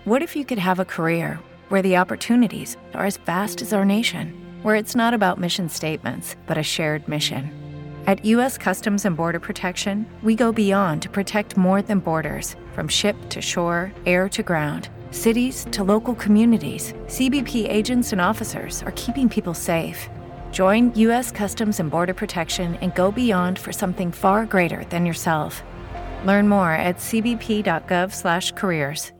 What if you could have a career where the opportunities are as vast as our nation, where it's not about mission statements, but a shared mission? At U.S. Customs and Border Protection, we go beyond to protect more than borders. From ship to shore, air to ground, cities to local communities, CBP agents and officers are keeping people safe. Join U.S. Customs and Border Protection and go beyond for something far greater than yourself. Learn more at cbp.gov/careers.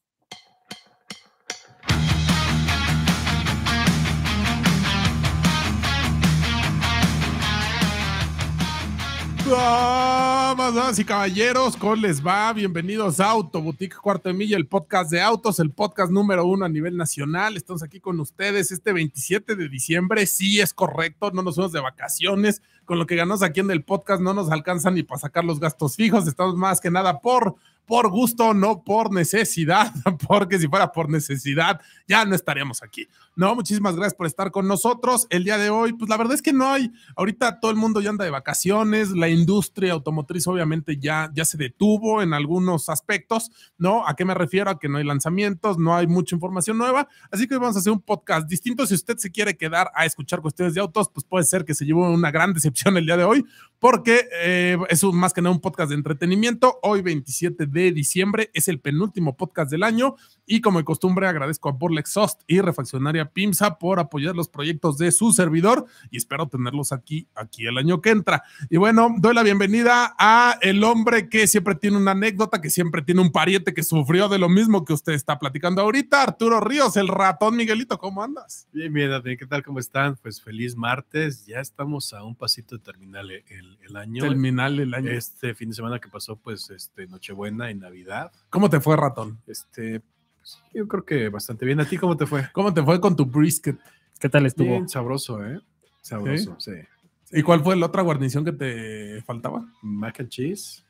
Damas y caballeros, ¿cómo les va? Bienvenidos a Autoboutique Cuarto de Milla, el podcast de autos, el podcast número 1 a nivel nacional. Estamos aquí con ustedes este 27 de diciembre. Sí, es correcto, no nos fuimos de vacaciones. Con lo que ganamos aquí en el podcast no nos alcanza ni para sacar los gastos fijos. Estamos más que nada por gusto, no por necesidad, porque si fuera por necesidad ya no estaríamos aquí. No, muchísimas gracias por estar con nosotros el día de hoy. Pues la verdad es que no hay, ahorita todo el mundo ya anda de vacaciones, la industria automotriz obviamente ya se detuvo en algunos aspectos, ¿no? ¿A qué me refiero? A que no hay lanzamientos, no hay mucha información nueva, así que hoy vamos a hacer un podcast distinto. Si usted se quiere quedar a escuchar cuestiones de autos, pues puede ser que se lleve una gran decepción el día de hoy, porque es más que nada un podcast de entretenimiento. Hoy 27 de diciembre es el penúltimo podcast del año y como de costumbre agradezco a Burle Exhaust y Refaccionaria PIMSA por apoyar los proyectos de su servidor y espero tenerlos aquí el año que entra. Y bueno, doy la bienvenida a el hombre que siempre tiene una anécdota, que siempre tiene un pariente que sufrió de lo mismo que usted está platicando ahorita, Arturo Ríos, el ratón. Miguelito, ¿cómo andas? Bien, Dani, ¿qué tal? ¿Cómo están? Pues feliz martes, ya estamos a un pasito de terminar el año. Terminar el año. Este fin de semana que pasó, pues Nochebuena y Navidad. ¿Cómo te fue, ratón? Pues, yo creo que bastante bien. ¿A ti cómo te fue? ¿Cómo te fue con tu brisket? ¿Qué tal estuvo? Bien, sabroso, ¿eh? Sabroso, sí. ¿Y cuál fue la otra guarnición que te faltaba? Mac and cheese.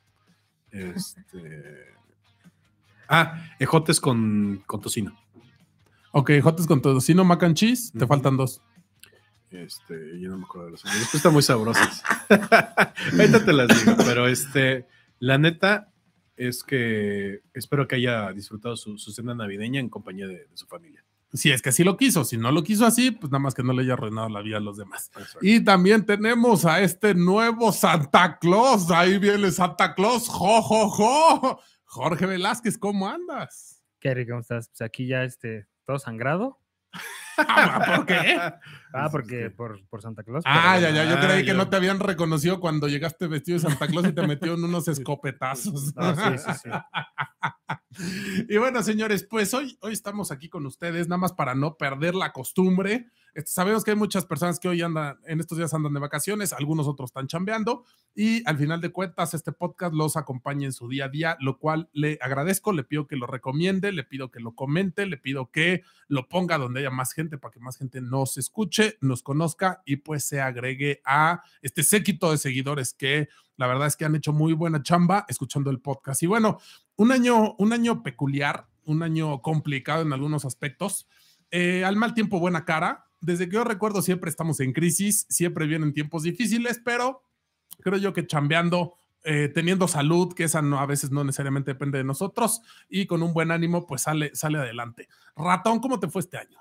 Ejotes con tocino. Ok, ejotes con tocino, mac and cheese. Te faltan dos. Yo no me acuerdo de los otros. Después están muy sabrosas. Ahorita te las digo, pero la neta es que espero que haya disfrutado su cena navideña en compañía de su familia. Si es que así lo quiso, si no lo quiso así, pues nada más que no le haya arruinado la vida a los demás. Exacto. Y también tenemos a este nuevo Santa Claus, ahí viene Santa Claus, ¡jo! Jorge Velázquez, ¿cómo andas? ¿Qué rico, cómo estás? Pues aquí ya todo sangrado. ¿Por qué? Porque por Santa Claus. Ya, yo creí que no te habían reconocido cuando llegaste vestido de Santa Claus y te metió en unos escopetazos. No, sí. Y bueno, señores, pues hoy estamos aquí con ustedes, nada más para no perder la costumbre. Sabemos que hay muchas personas que hoy en estos días andan de vacaciones, algunos otros están chambeando, y al final de cuentas este podcast los acompaña en su día a día, lo cual le agradezco, le pido que lo recomiende, le pido que lo comente, le pido que lo ponga donde haya más gente para que más gente nos escuche, nos conozca y pues se agregue a este séquito de seguidores que la verdad es que han hecho muy buena chamba escuchando el podcast. Y bueno, un año peculiar, un año complicado en algunos aspectos, al mal tiempo buena cara. Desde que yo recuerdo siempre estamos en crisis, siempre vienen tiempos difíciles, pero creo yo que chambeando, teniendo salud, que esa a veces no necesariamente depende de nosotros, y con un buen ánimo, pues sale adelante. Ratón, ¿cómo te fue este año?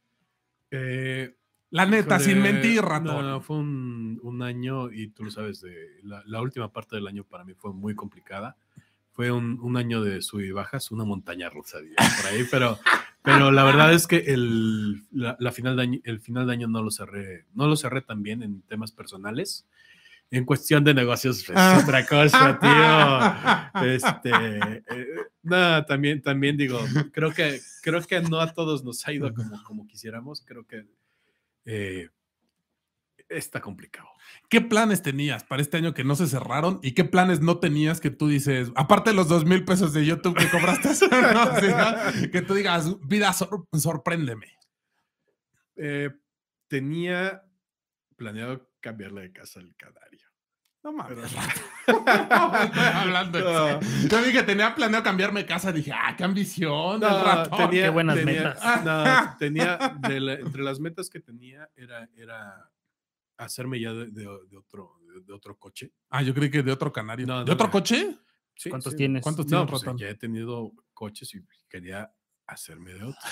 La neta, sin mentir, ratón. No, fue un año, y tú lo sabes, la última parte del año para mí fue muy complicada. Fue un año de sub y bajas, una montaña rusa, por ahí, pero la verdad es que el final de año no lo cerré tan bien en temas personales. En cuestión de negocios es otra cosa, tío. No, también digo, creo que no a todos nos ha ido como quisiéramos. Creo que está complicado. ¿Qué planes tenías para este año que no se cerraron? ¿Y qué planes no tenías que tú dices, aparte de los 2,000 pesos de YouTube que cobraste, ¿no? ¿Sí, no? Que tú digas, vida, sorpréndeme? Tenía planeado cambiarle de casa al Canario. No mames. Estoy hablando de eso. Yo dije, tenía planeado cambiarme de casa. Dije, qué ambición. Qué buenas metas. No, entre las metas que tenía era hacerme ya de otro coche. Yo creí que de otro Canario. No, ¿De otro coche? Sí, ¿Cuántos tienes? ¿Cuántos tienes, pues, ratón? ya he tenido coches y quería hacerme de auto.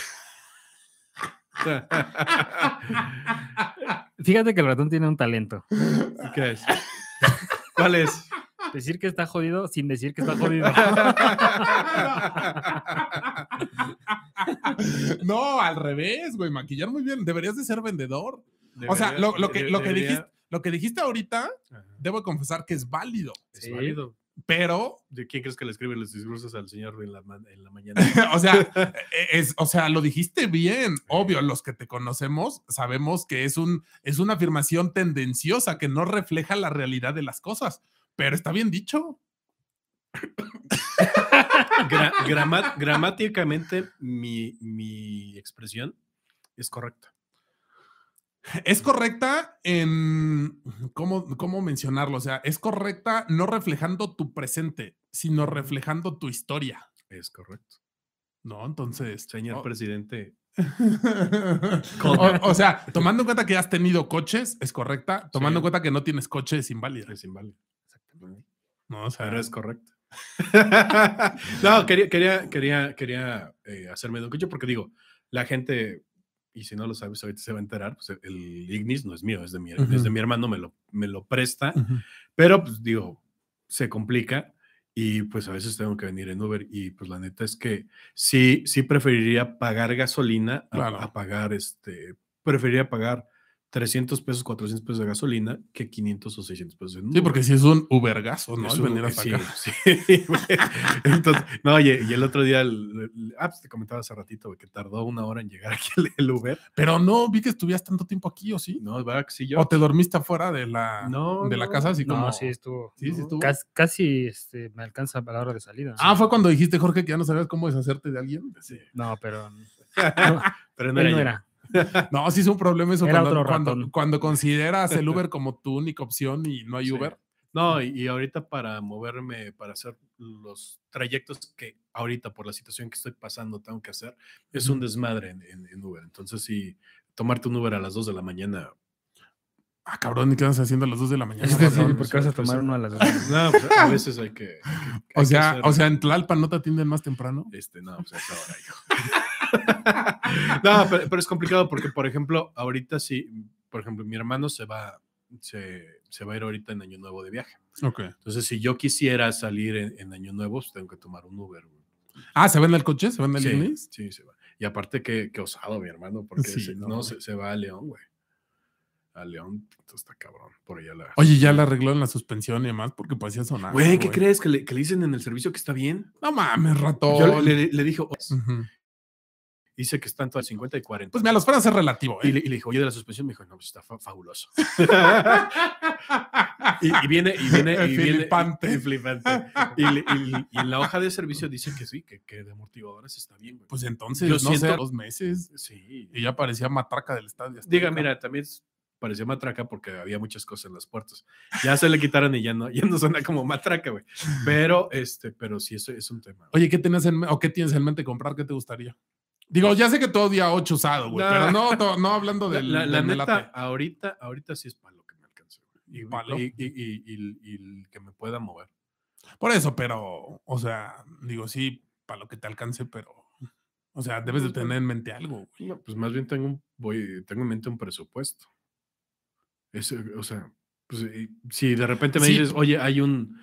Fíjate que el ratón tiene un talento. ¿Qué es? ¿Cuál es? Decir que está jodido sin decir que está jodido. No, al revés, güey. Maquillar muy bien. Deberías de ser vendedor. O sea, lo que dijiste ahorita, debo confesar que es válido. Es válido. Pero... ¿De quién crees que le escribe los discursos al señor en la mañana? o sea, lo dijiste bien. Obvio, los que te conocemos sabemos que es una afirmación tendenciosa que no refleja la realidad de las cosas. Pero está bien dicho. Gramáticamente, mi expresión es correcta. Es correcta en... ¿Cómo mencionarlo? O sea, es correcta no reflejando tu presente, sino reflejando tu historia. Es correcto. No, entonces... Señor presidente. O sea, tomando en cuenta que has tenido coches, es correcta. Tomando en cuenta que no tienes coche, es inválida. Es inválida. Exactamente. No, o sea, pero es correcto. No, quería hacerme de un coche porque digo, la gente... Y si no lo sabes, ahorita se va a enterar, pues el Ignis no es mío, es de mi hermano, me lo presta, pero pues digo, se complica y pues a veces tengo que venir en Uber y pues la neta es que sí preferiría pagar gasolina a pagar preferiría pagar 300 pesos, 400 pesos de gasolina que 500 o 600 pesos en Uber. Sí, porque si es un Ubergazo, ¿no? Venir hasta acá. Sí. Entonces, no, oye, y el otro día, pues te comentaba hace ratito, güey, que tardó 1 hora en llegar aquí el Uber. Pero no vi que estuvieras tanto tiempo aquí, ¿o sí? No, ¿verdad que sí yo? ¿O te dormiste afuera de la casa? Así como... No, sí estuvo. Sí estuvo. Casi me alcanza a la hora de salida. Ah, ¿fue cuando dijiste, Jorge, que ya no sabías cómo deshacerte de alguien? Sí. No, pero... pero no era. No, sí es un problema eso cuando consideras el Uber como tu única opción y no hay Uber. No, y ahorita para moverme, para hacer los trayectos que ahorita por la situación que estoy pasando tengo que hacer, es un desmadre en Uber. Entonces, sí, tomarte un Uber a las 2 de la mañana. Ah, cabrón, ¿y qué vas haciendo a las 2 de la mañana? Sí, ¿por qué vas a tomar uno a las 2? No, pues a veces hay que o sea, en Tlalpan no te atienden más temprano. No, pues a esa hora, hijo. No, pero es complicado porque, por ejemplo, ahorita sí, por ejemplo, mi hermano se va a ir ahorita en Año Nuevo de viaje. Okay. Entonces, si yo quisiera salir en Año Nuevo, pues tengo que tomar un Uber. Ah, ¿se va en el coche? ¿Se va en el Ignis? Sí, se va. Y aparte que osado, mi hermano, porque se va a León, güey. A León, está cabrón. Por allá Oye, ya la arregló en la suspensión y demás porque parecía sonar. Güey, ¿qué crees? ¿Que le dicen en el servicio que está bien? No mames, ratón. Yo le dije... Dice que están todas 50 y 40. Pues mira, los fueran a ser relativo. Y le dijo, oye, de la suspensión, me dijo, no, pues está fabuloso. y viene flipante. Y en la hoja de servicio dice que sí, que de amortiguadores está bien, güey. Pues entonces, yo siento 2 meses. Sí. Y ya parecía matraca del estadio. Diga, mira, también parecía matraca porque había muchas cosas en las puertas. Ya se le quitaron y ya no suena como matraca, güey. Pero sí, eso es un tema. Oye, ¿qué tienes en mente comprar? ¿Qué te gustaría? Digo, ya sé que todo día 8 usado, güey, pero no hablando del la neta, ahorita sí es para lo que me alcance, güey. Y que me pueda mover. Por eso, pero, o sea, digo, sí, para lo que te alcance, pero, o sea, debes de tener en mente algo, güey. No, pues más bien tengo en mente un presupuesto. O sea, pues si de repente me dices, oye, hay un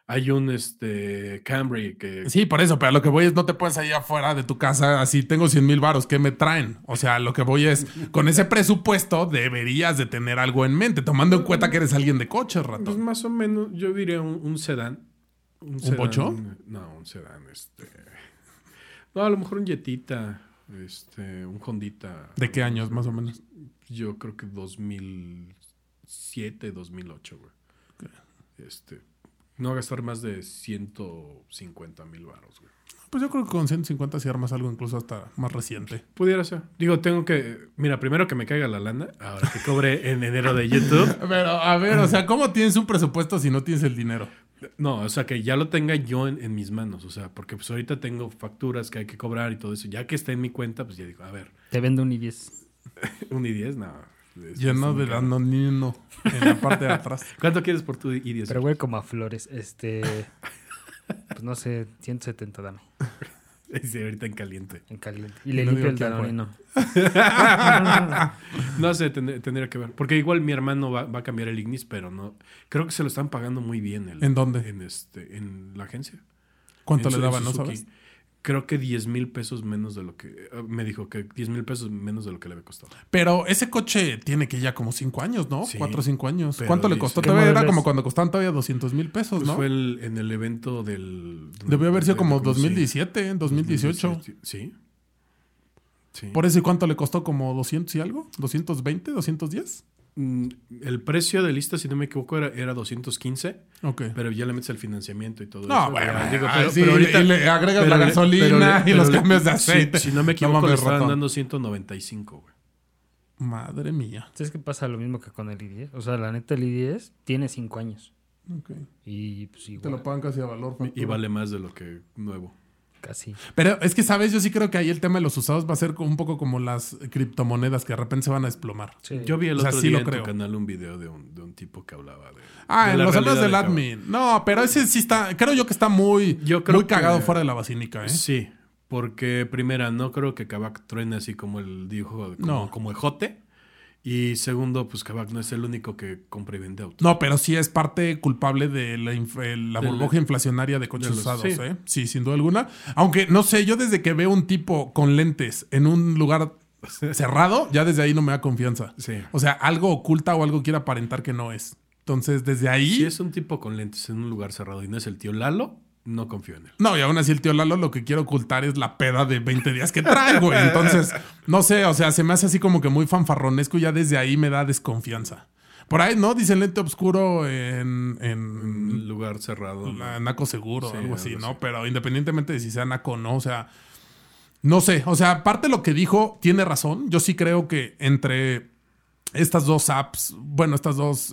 Camry que... Sí, por eso, pero lo que voy es, no te puedes ir afuera de tu casa así, tengo 100,000 varos, ¿qué me traen? O sea, lo que voy es, con ese presupuesto deberías de tener algo en mente, tomando en cuenta que eres alguien de coche, ratón. Pues más o menos, yo diría un sedán. ¿Un Pocho? No, un sedán, no, a lo mejor un Jetita, un Hondita. ¿De qué años, más o menos? Yo creo que 2007, 2008, güey. Okay. No gastar más de 150,000 varos, güey. Pues yo creo que con 150 si armas algo incluso hasta más reciente. Pudiera ser. Digo, mira, primero que me caiga la lana, ahora que cobre en enero de YouTube. Pero, a ver, o sea, ¿cómo tienes un presupuesto si no tienes el dinero? No, o sea, que ya lo tenga yo en mis manos, o sea, porque pues ahorita tengo facturas que hay que cobrar y todo eso. Ya que está en mi cuenta, pues ya digo, a ver. Te vendo un i10. ¿Un i10? No. Lleno de danonino en la parte de atrás. ¿Cuánto quieres por tu i10? Pero güey, como a flores, pues no sé, 170 dame. Sí, ahorita en caliente. En caliente. Y le No limpio digo el quién Danonino. No sé, tendría que ver. Porque igual mi hermano va a cambiar el Ignis, pero no. Creo que se lo están pagando muy bien. ¿En dónde? En la agencia. ¿Cuánto En le daban, no Suzuki. sabes? Creo que 10,000 pesos menos de lo que... me dijo que 10,000 pesos menos de lo que le había costado. Pero ese coche tiene que ya como 5 años, ¿no? Sí, 4 o 5 años. pero ¿Cuánto le dice- costó? ¿Qué Todavía era modelo como es? cuando costaban todavía 200,000 pesos, Pues ¿no? fue en el evento del... Debió haber sido como ¿cómo se- 2017, 2018. Sí. Sí. Por eso, ¿y cuánto le costó? ¿Como 200 y algo? ¿220? ¿210? El precio de lista, si no me equivoco, era 215, Ok. pero ya le metes el financiamiento y todo No, eso. bueno, Ya, digo, sí, y le agregas la gasolina y los cambios de aceite. Si no me equivoco, mames, le estaban ratón. dando 195, güey. Madre mía. ¿Sabes qué pasa? Lo mismo que con el i10. O sea, la neta, el i10 tiene 5 años. Ok. Y pues Te igual, lo pagan casi a valor. Y factura. vale más de lo que nuevo. casi. Pero es que, ¿sabes? Yo sí creo que ahí el tema de los usados va a ser un poco como las criptomonedas que de repente se van a desplomar. Sí. Yo vi el O sea, otro sí día lo en tu creo. canal un video de un tipo que hablaba de... Ah, de en la los amigos realidad del de admin. No, pero ese sí está... Creo yo que está muy, Yo creo muy cagado que- fuera de la basílica, ¿eh? Sí, porque primera, no creo que Kavak truene así como él dijo, No. como ejote. Y segundo, pues Kavak no es el único que compra y vende autos. No, pero sí es parte culpable de la De burbuja inflacionaria de coches de los- usados, sí. ¿eh? Sí, sin duda alguna. Aunque, no sé, yo desde que veo un tipo con lentes en un lugar cerrado, ya desde ahí no me da confianza. Sí. O sea, algo oculta o algo quiere aparentar que no es. Entonces, desde ahí... Si es un tipo con lentes en un lugar cerrado y no es el tío Lalo, no confío en él. No, y aún así el tío Lalo lo que quiere ocultar es la peda de 20 días que trae, güey. Entonces, no sé, o sea, se me hace así como que muy fanfarronesco y ya desde ahí me da desconfianza. Por ahí, ¿no? Dice lente oscuro En en un lugar cerrado. Naco Seguro, Sí, algo así, algo ¿no? así. Pero independientemente de si sea Naco o no, o sea, no sé. O sea, aparte lo que dijo, tiene razón. Yo sí creo que entre estas dos apps, bueno, estas dos,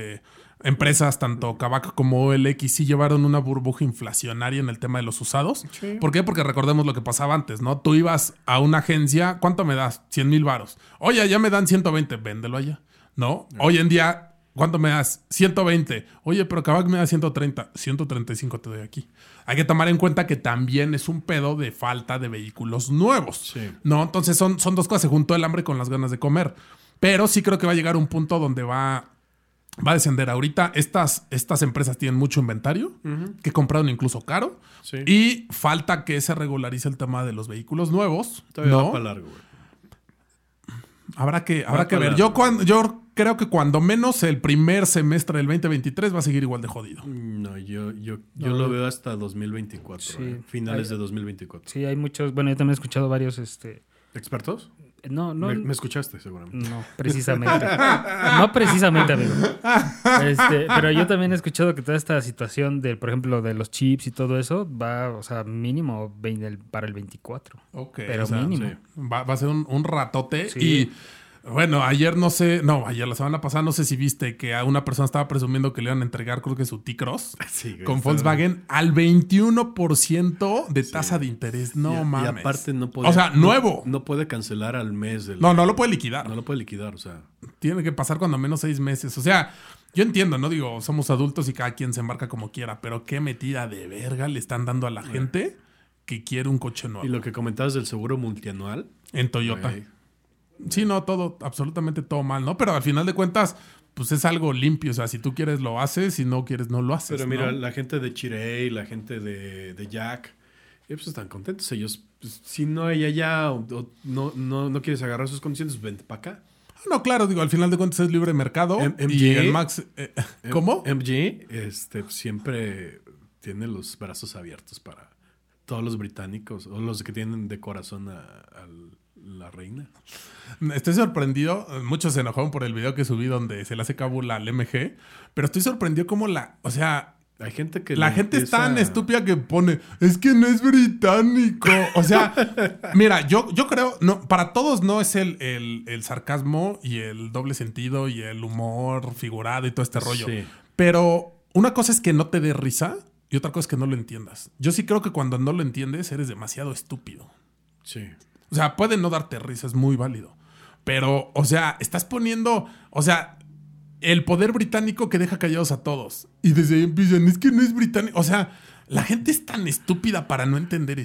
empresas, tanto Kavak como OLX, sí llevaron una burbuja inflacionaria en el tema de los usados. Sí. ¿Por qué? Porque recordemos lo que pasaba antes, ¿no? Tú ibas a una agencia, ¿cuánto me das? 100,000 varos. Oye, ya me dan 120, véndelo allá, ¿no? Hoy en día, ¿cuánto me das? 120. Oye, pero Kavak me da 130. 135 te doy aquí. Hay que tomar en cuenta que también es un pedo de falta de vehículos nuevos, Sí. ¿no? Entonces son dos cosas. Se juntó el hambre con las ganas de comer. Pero sí creo que va a llegar un punto donde va a descender. Ahorita estas empresas tienen mucho inventario, que compraron incluso caro. Sí. Y falta que se regularice el tema de los vehículos nuevos. Todavía ¿no? va para largo, güey. Habrá que Va ver. para Yo largo. creo que cuando menos el primer semestre del 2023 va a seguir igual de jodido. No, yo No, lo veo hasta 2024, Sí. finales Hay- de 2024. Sí, hay muchos. Bueno, yo también he escuchado varios. ¿Expertos? No, Me escuchaste seguramente. No, precisamente. No precisamente, amigo. Pero yo también he escuchado que toda esta situación de, por ejemplo, de los chips y todo eso va, o sea, mínimo para el 24. Ok. Pero o sea, mínimo. sí. Va a ser un ratote. Sí. Y bueno, ayer la semana pasada no sé si viste que a una persona estaba presumiendo que le iban a entregar, creo que su T-Cross Sí, güey, con está- Volkswagen al 21% de tasa de interés. No y mames. aparte no puede... O sea, nuevo. No puede cancelar al mes. No lo puede liquidar. No lo puede liquidar, o sea... Tiene que pasar cuando menos 6 meses. O sea, yo entiendo, ¿no? Digo, somos adultos y cada quien se embarca como quiera, pero qué metida de verga le están dando a la gente que quiere un coche nuevo Y lo que comentabas del seguro multianual... en Toyota. güey, Sí, no, todo, absolutamente todo mal, ¿no? Pero al final de cuentas, pues es algo limpio. O sea, si tú quieres lo haces, si no quieres no lo haces. Pero mira, ¿no? la gente de Chirey, la gente de Jack, pues están contentos. Ellos, pues, si no hay allá o no quieres agarrar sus condiciones, pues vente para acá. No, claro, digo, al final de cuentas es libre mercado. MG. Y el Max... ¿Cómo? MG siempre tiene los brazos abiertos para todos los británicos o los que tienen de corazón a la reina. Estoy sorprendido. Muchos se enojaron por el video que subí donde se le hace cábula al MG. Pero estoy sorprendido como o sea... Hay gente que La le gente es empieza- tan estúpida que pone, es que no es británico. O sea, mira, yo creo, no, para todos no es el sarcasmo y el doble sentido y el humor figurado y todo este rollo. Sí. Pero una cosa es que no te dé risa y otra cosa es que no lo entiendas. Yo sí creo que cuando no lo entiendes eres demasiado estúpido. Sí. O sea, puede no darte risa, es muy válido. Pero, o sea, estás poniendo, o sea, el poder británico que deja callados a todos. Y desde ahí empiezan, es que no es británico. O sea, la gente es tan estúpida para no entender eso.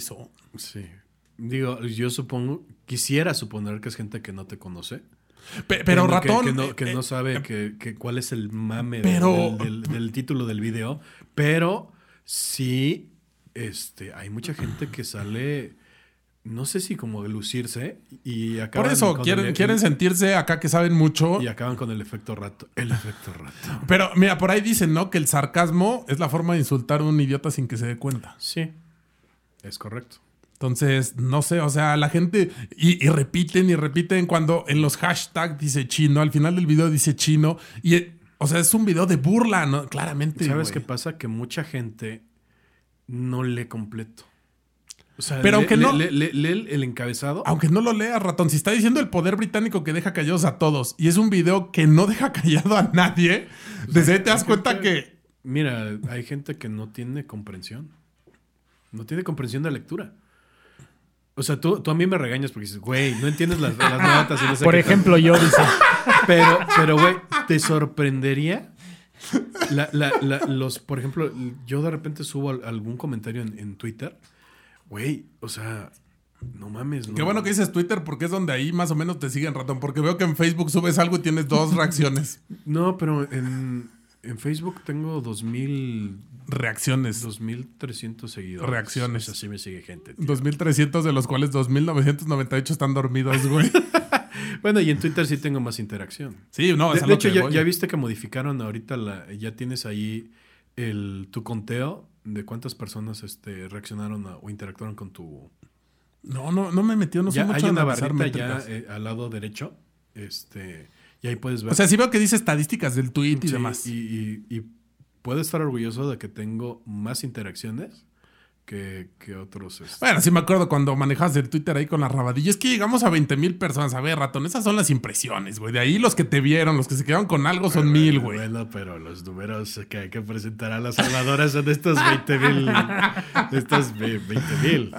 Sí. Digo, yo quisiera suponer que es gente que no te conoce. Pero ratón... Que no sabe cuál es el mame pero, del título del video. Pero sí, hay mucha gente que sale... No sé si como de lucirse y acaban... Por eso, quieren sentirse acá que saben mucho. Y acaban con el efecto rato. El efecto rato. Pero mira, por ahí dicen, ¿no? Que el sarcasmo es la forma de insultar a un idiota sin que se dé cuenta. Sí, es correcto. Entonces, no sé, o sea, la gente... Y repiten cuando en los hashtags dice chino, al final del video dice chino. Y, o sea, es un video de burla, ¿no? Claramente, ¿Sabes qué pasa? Que mucha gente no lee completo. O sea, pero aunque no... lee el encabezado. Aunque no lo leas, ratón. Si está diciendo el poder británico que deja callados a todos y es un video que no deja callado a nadie, pues desde ahí te das cuenta que... Mira, hay gente que no tiene comprensión. No tiene comprensión de lectura. O sea, tú a mí me regañas porque dices, güey, no entiendes las notas. Y no sé por ejemplo, yo dice. Pero, güey, te sorprendería... por ejemplo, yo de repente subo algún comentario en Twitter... Güey, o sea, no mames. No. Qué bueno que dices Twitter porque es donde ahí más o menos te siguen, ratón. Porque veo que en Facebook subes algo y tienes 2 reacciones. No, pero en Facebook tengo 2,000... Reacciones. 2,300 seguidores. Reacciones. O sea, sí me sigue gente, tío. 2,300 de los cuales 2,998 están dormidos, güey. Bueno, y en Twitter sí tengo más interacción. Sí, no, de hecho, ya viste que modificaron ahorita ya tienes ahí tu conteo de cuántas personas reaccionaron o interactuaron con tu... No me metió, no sé mucho. Hay una barrita ya al lado derecho, y ahí puedes ver. O sea, sí veo que dice estadísticas del tweet y demás. Y puedo estar orgulloso de que tengo más interacciones que otros. Bueno, sí me acuerdo cuando manejabas el Twitter ahí con la rabadilla. Es que llegamos a 20,000 personas. A ver, ratón, esas son las impresiones, güey. De ahí los que te vieron, los que se quedaron con algo son 1,000, güey. Bueno, pero los números que hay que presentar a las salvadoras son estos 20,000. Estos 20,000.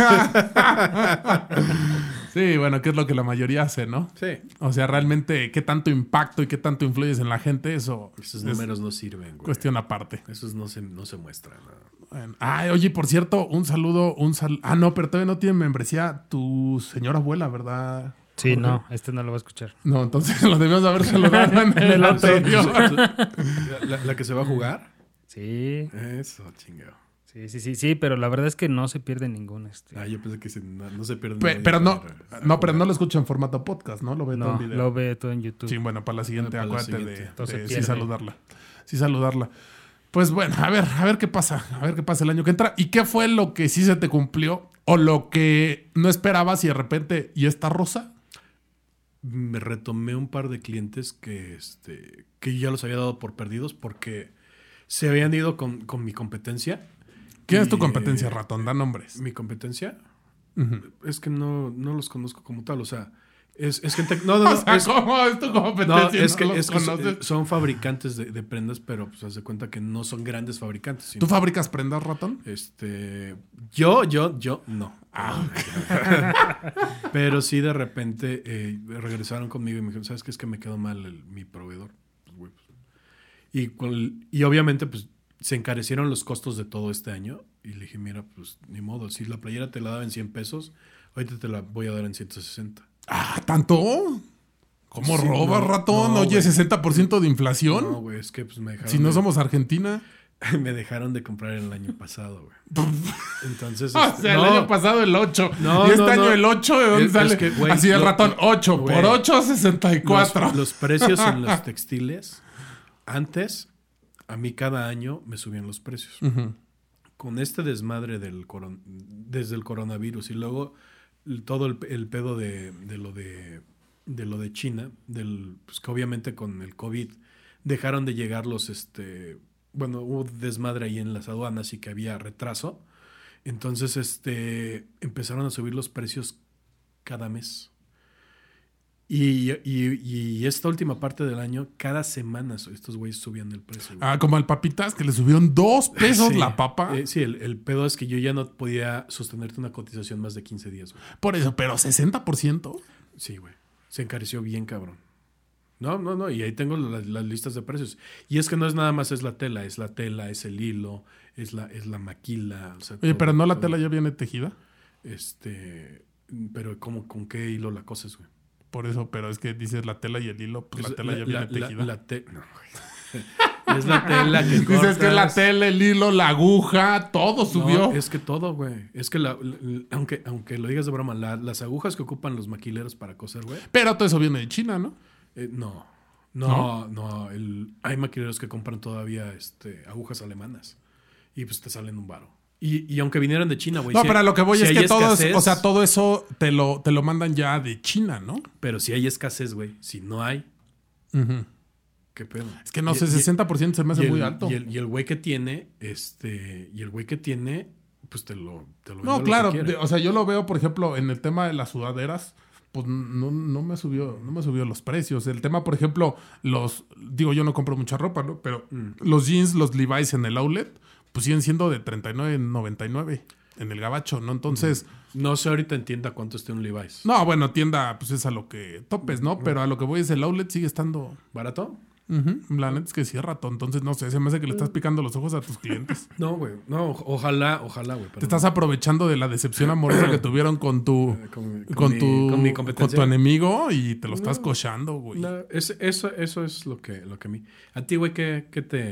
Sí, bueno, que es lo que la mayoría hace, ¿no? Sí. O sea, realmente, ¿qué tanto impacto y qué tanto influyes en la gente? Esos números no sirven, güey. Cuestión aparte. Esos no se muestran. ¿No? Bueno. Ay, oye, por cierto, un saludo. No, pero todavía no tiene membresía tu señora abuela, ¿verdad? Sí, Jorge? no, no lo va a escuchar. No, entonces lo debíamos haber saludado en el anterior. ¿La que se va a jugar? Sí. Eso, chingado. Sí, pero la verdad es que no se pierde ningún. Yo pensé que no se pierde. Pero no lo escucho en formato podcast, ¿no? Lo ve todo en video. Lo ve todo en YouTube. Sí, bueno, para la siguiente, acuérdate de sí saludarla. Sí saludarla. Pues bueno, a ver qué pasa. A ver qué pasa el año que entra. ¿Y qué fue lo que sí se te cumplió? ¿O lo que no esperabas y de repente, ¿y esta rosa? Me retomé un par de clientes que ya los había dado por perdidos porque se habían ido con mi competencia. ¿Quién es tu competencia, ratón? Da nombres. ¿Mi competencia? Uh-huh. Es que no los conozco como tal, o sea... Es gente... No, o sea, ¿cómo es tu competencia? No, es que son fabricantes de prendas, pero pues haz de cuenta que no son grandes fabricantes. Sino, ¿tú fabricas prendas, ratón? Yo no. Pero sí de repente regresaron conmigo y me dijeron, ¿sabes qué? Es que me quedó mal mi proveedor. Pues, y obviamente pues se encarecieron los costos de todo este año. Y le dije, mira, pues ni modo. Si la playera te la daba en 100 pesos, ahorita te la voy a dar en 160. Ah, ¿tanto? ¿Cómo sí, robas, ratón? Oye, wey. ¿60% de inflación? No, güey, es que pues me dejaron... Si no somos Argentina. Me dejaron de comprar el año pasado, güey. Entonces... el año pasado el 8. Y este año el 8, ¿de dónde sale? Que, wey, así el ratón, 8 wey, por 8, 64. Los precios en los textiles, antes, a mí cada año me subían los precios. Uh-huh. Con este desmadre desde el coronavirus y luego todo el pedo de lo de China, pues que obviamente con el COVID dejaron de llegar hubo desmadre ahí en las aduanas y que había retraso. Entonces, empezaron a subir los precios cada mes. Y esta última parte del año, cada semana estos güeyes subían el precio. Güey. Como al Papitas, que le subieron 2 pesos sí, la papa. Sí, el pedo es que yo ya no podía sostenerte una cotización más de 15 días. Güey. Por eso, pero 60%. Sí, güey. Se encareció bien, cabrón. No. Y ahí tengo las listas de precios. Y es que no es nada más es la tela, es el hilo, es la maquila. O sea, oye, pero ¿no la tela ya viene tejida? Pero ¿cómo, con qué hilo la coses, güey? Por eso, pero es que dices la tela y el hilo, pues la tela ya viene tejida. No, güey. Es la tela que cortas. Dices que es la tela, el hilo, la aguja, todo subió. No, es que todo, güey. Es que aunque lo digas de broma, las agujas que ocupan los maquileros para coser, güey. Pero todo eso viene de China, ¿no? No. Hay maquileros que compran todavía agujas alemanas. Y pues te salen un varo. Y aunque vinieran de China, güey. No, pero a lo que voy es que todo eso te lo mandan ya de China, ¿no? Pero si hay escasez, güey. Si no hay. Uh-huh. ¿Qué pedo? Es que no sé, 60% se me hace muy alto. Y el güey que tiene, pues te lo no, claro. O sea, yo lo veo, por ejemplo, en el tema de las sudaderas, pues no me subió los precios. El tema, por ejemplo, yo no compro mucha ropa, ¿no? Pero los jeans, los Levi's en el outlet, pues siguen siendo de $39.99 en el gabacho, ¿no? Entonces... No sé ahorita en tienda cuánto esté un Levi's. No, bueno, tienda, pues es a lo que topes, ¿no? Pero a lo que voy es el outlet sigue estando... ¿Barato? La neta es que sí es rato. Entonces, no sé, se me hace que le estás picando los ojos a tus clientes. No, güey. No, ojalá, güey. Te estás aprovechando de la decepción amorosa que tuvieron con tu enemigo y te lo estás cochando, güey. No, eso es lo que a mí... A ti, güey, ¿qué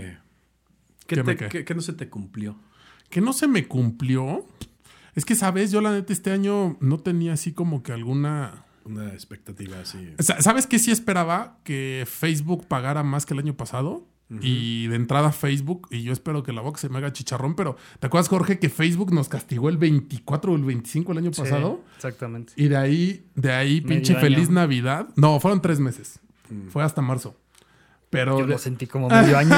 no se te cumplió? ¿Qué no se me cumplió? Es que, ¿sabes? Yo la neta este año no tenía así como que alguna... Una expectativa así. ¿Sabes qué sí esperaba? Que Facebook pagara más que el año pasado. Uh-huh. Y de entrada Facebook, y yo espero que la boca se me haga chicharrón, pero ¿te acuerdas, Jorge, que Facebook nos castigó el 24 o el 25 el año pasado? Exactamente. Y de ahí pinche feliz Navidad. No, fueron 3 meses. Fue hasta marzo. Pero yo lo sentí como medio año.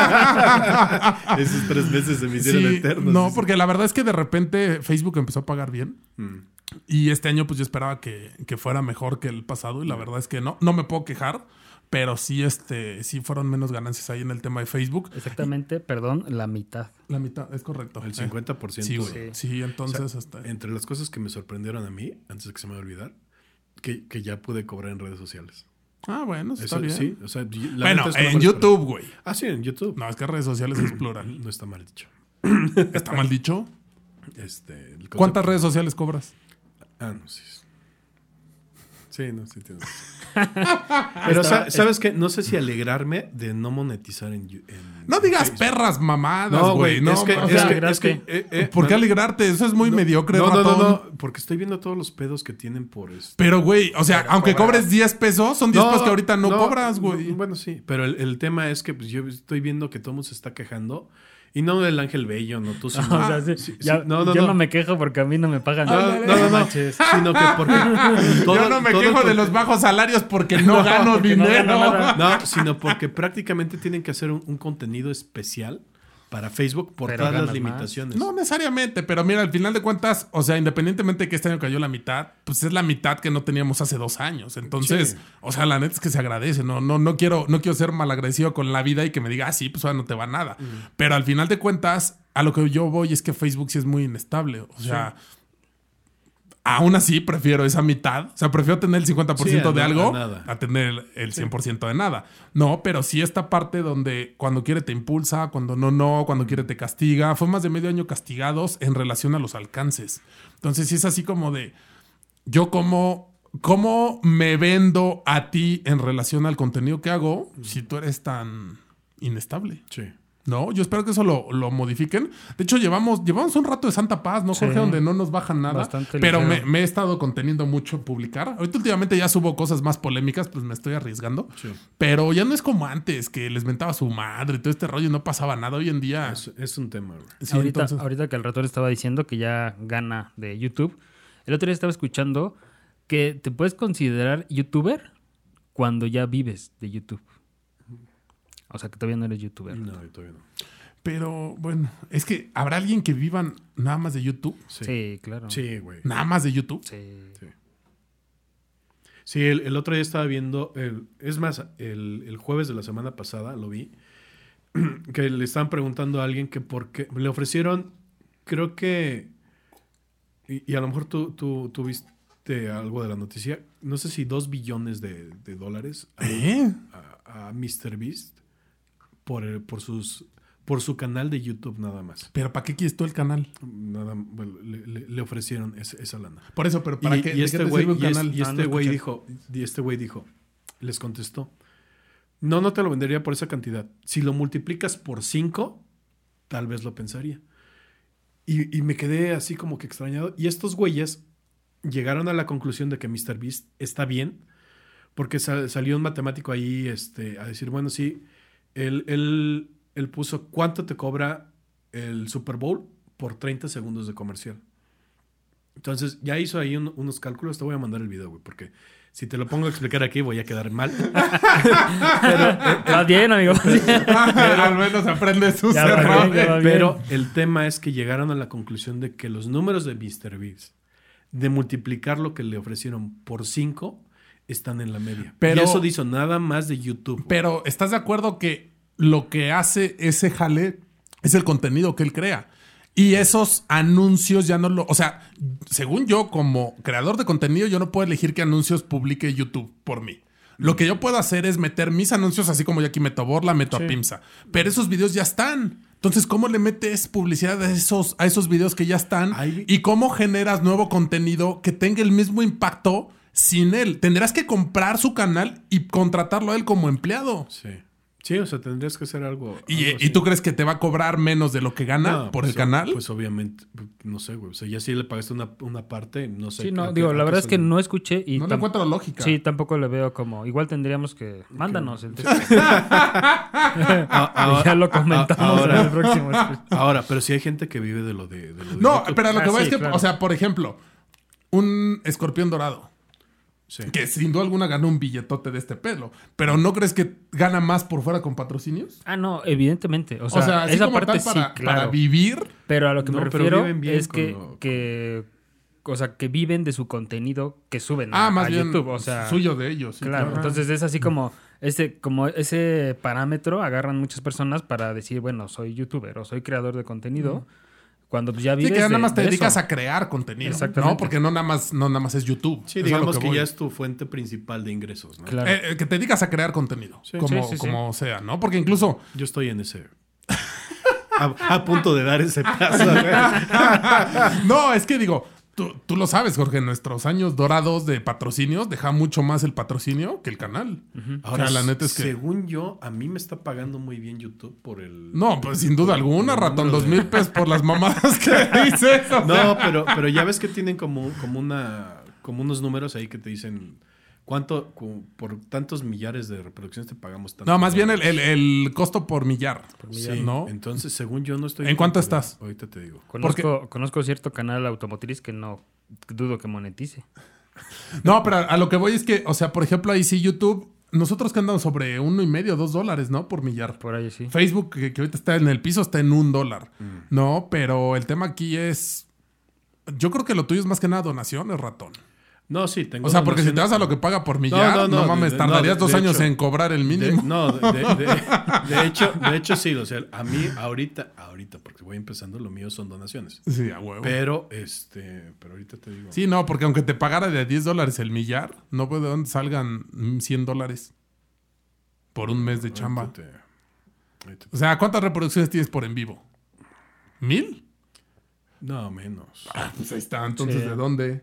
Esos 3 meses se me hicieron eternos. No, porque la verdad es que de repente Facebook empezó a pagar bien. Y este año pues yo esperaba que fuera mejor que el pasado. Y la verdad es que no me puedo quejar. Pero sí, sí fueron menos ganancias ahí en el tema de Facebook. Exactamente, la mitad. La mitad, es correcto. El 50%. Sí, güey. Sí, entonces... O sea, entre las cosas que me sorprendieron a mí, antes de que se me vaya a olvidar, que ya pude cobrar en redes sociales. Ah, bueno, está bien. Sí, o sea, bueno, en YouTube, güey. Ah, sí, en YouTube. No, es que redes sociales es plural. No está mal dicho. ¿Está mal dicho? ¿Cuántas redes sociales cobras? No, sí. Sí, no, sí tienes. Pero, ¿sabes qué? No sé si alegrarme de no monetizar en no digas Facebook. Perras mamadas, güey. No, es que ¿por qué alegrarte? Eso es muy mediocre, No, porque estoy viendo todos los pedos que tienen por esto. Pero, güey, o sea, aunque cobres 10 pesos, son 10 pesos que ahorita no cobras, güey. Bueno, sí, pero el tema es que pues, yo estoy viendo que todo el mundo se está quejando. Y no del Ángel Bello, no tú, sino... O sea, yo no me quejo porque a mí no me pagan. No. Sino que porque... yo no me quejo de los bajos salarios porque no gano dinero. No, sino porque prácticamente tienen que hacer un contenido especial para Facebook por todas las limitaciones. No necesariamente, pero mira, al final de cuentas, o sea, independientemente de que este año cayó la mitad, pues es la mitad que no teníamos hace 2 años. Entonces, sí. O sea, la neta es que se agradece. No quiero ser malagradecido con la vida y que me diga, sí, pues ahora no te va nada. Pero al final de cuentas, a lo que yo voy es que Facebook sí es muy inestable. O sea... Sí. Aún así, prefiero esa mitad. O sea, prefiero tener el 50% de algo a tener el 100% de nada. No, pero sí esta parte donde cuando quiere te impulsa, cuando no, cuando quiere te castiga. Fue más de medio año castigados en relación a los alcances. Entonces, sí es así como de... Yo ¿cómo me vendo a ti en relación al contenido que hago si tú eres tan inestable? Sí. No, yo espero que eso lo modifiquen. De hecho, llevamos un rato de santa paz, ¿no, Jorge? Sí, donde no nos bajan nada. Bastante pero me he estado conteniendo mucho publicar. Ahorita últimamente ya subo cosas más polémicas, pues me estoy arriesgando. Sí. Pero ya no es como antes, que les mentaba a su madre y todo este rollo y no pasaba nada. Hoy en día... Es un tema, güey. Sí, ahorita que el Rator estaba diciendo que ya gana de YouTube, el otro día estaba escuchando que te puedes considerar youtuber cuando ya vives de YouTube. O sea, que todavía no eres youtuber. No, todavía no. Pero, bueno, es que ¿habrá alguien que vivan nada más de YouTube? Sí, claro. Sí, güey. ¿Nada más de YouTube? Sí. Sí, el otro día estaba viendo... Es más, el jueves de la semana pasada lo vi. Que le estaban preguntando a alguien que por qué... Le ofrecieron, creo que... Y a lo mejor tú viste algo de la noticia. No sé si 2 billones de dólares a MrBeast. Por por su canal de YouTube nada más. ¿Pero para qué quieres tú el canal? Nada, bueno, le ofrecieron esa lana. Por eso, pero ¿para qué? Y este güey canal? dijo, les contestó, no te lo vendería por esa cantidad. Si lo multiplicas por 5, tal vez lo pensaría. Y me quedé así como que extrañado. Y estos güeyes llegaron a la conclusión de que MrBeast está bien, porque salió un matemático ahí a decir, bueno, sí, él puso cuánto te cobra el Super Bowl por 30 segundos de comercial. Entonces ya hizo ahí unos cálculos. Te voy a mandar el video, güey, porque si te lo pongo a explicar aquí voy a quedar mal. Está bien, amigo. Al menos aprende sus errores. Pero el tema es que llegaron a la conclusión de que los números de MrBeast, de multiplicar lo que le ofrecieron por 5, están en la media. Pero, y eso dice nada más de YouTube. Pero ¿estás de acuerdo que lo que hace ese jale es el contenido que él crea? Y esos anuncios ya no lo... O sea, según yo, como creador de contenido, yo no puedo elegir qué anuncios publique YouTube por mí. Lo que yo puedo hacer es meter mis anuncios, así como yo aquí meto a Borla, meto a Pimsa. Pero esos videos ya están. Entonces, ¿cómo le metes publicidad a esos videos que ya están? ¿Y cómo generas nuevo contenido que tenga el mismo impacto sin él? Tendrás que comprar su canal y contratarlo a él como empleado. Sí, o sea, tendrías que hacer algo. ¿Y tú crees que te va a cobrar menos de lo que gana por el canal? Pues obviamente, no sé, güey. O sea, ya si le pagaste una parte, no sé. Sí, no, digo, la verdad es que no escuché y... No le encuentro lógica. Sí, tampoco le veo como... Igual tendríamos que... Mándanos el texto. Ya lo comentamos en el próximo. Ahora, pero si hay gente que vive de lo de no, YouTube. pero lo que voy es que, claro. o sea, por ejemplo, un escorpión dorado. Sí. Que sin duda alguna gana un billetote de este pelo. Pero ¿no crees que gana más por fuera con patrocinios? Ah, no, evidentemente. O sea así esa parte para, sí, claro. Para vivir. Pero a lo que me refiero es que viven de su contenido que suben más a bien YouTube. O sea, suyo de ellos. Sí, claro. Entonces es así como ese parámetro agarran muchas personas para decir, bueno, soy youtuber o soy creador de contenido. Cuando ya vives que ya nada más te dedicas eso. a crear contenido. Exactamente. No, porque no nada más es YouTube. Sí, digamos que ya es tu fuente principal de ingresos, ¿no? Claro. Que te dedicas a crear contenido. Sí, como sea, ¿no? Porque incluso... Yo estoy en ese... a punto de dar ese paso. No, es que digo... Tú lo sabes, Jorge, en nuestros años dorados de patrocinios deja mucho más el patrocinio que el canal. Ahora, o sea, la neta es que... según yo, a mí me está pagando muy bien YouTube por el... No, pues sin duda alguna, ratón, 2,000 pesos por las mamadas que dices. No, pero ya ves que tienen como unos números ahí que te dicen... ¿Cuánto, por tantos millares de reproducciones te pagamos tanto? No, más bien el costo por millar. Sí, ¿no? Entonces, según yo no estoy... ¿En cuánto estás? Ahorita te digo. Conozco cierto canal automotriz que no dudo que monetice. No, pero a lo que voy es que, o sea, por ejemplo, ahí sí YouTube, nosotros que andamos sobre $1.50, $2, ¿no? Por millar. Por ahí sí. Facebook, que ahorita está en el piso, está en $1. No, pero el tema aquí es... Yo creo que lo tuyo es más que nada donaciones, ratón. No, sí, tengo. O sea, porque si te vas a lo que paga por millar, no mames, tardarías 2 años en cobrar el mínimo. De hecho, sí. O sea, a mí ahorita, porque voy empezando, lo mío son donaciones. Sí, a huevo. Pero ahorita te digo. Sí, no, porque aunque te pagara de $10 el millar, no puede de dónde salgan $100 por un mes de chamba. O sea, ¿cuántas reproducciones tienes por en vivo? ¿1,000? No, menos. Pues ahí está. Entonces, sí. ¿De dónde?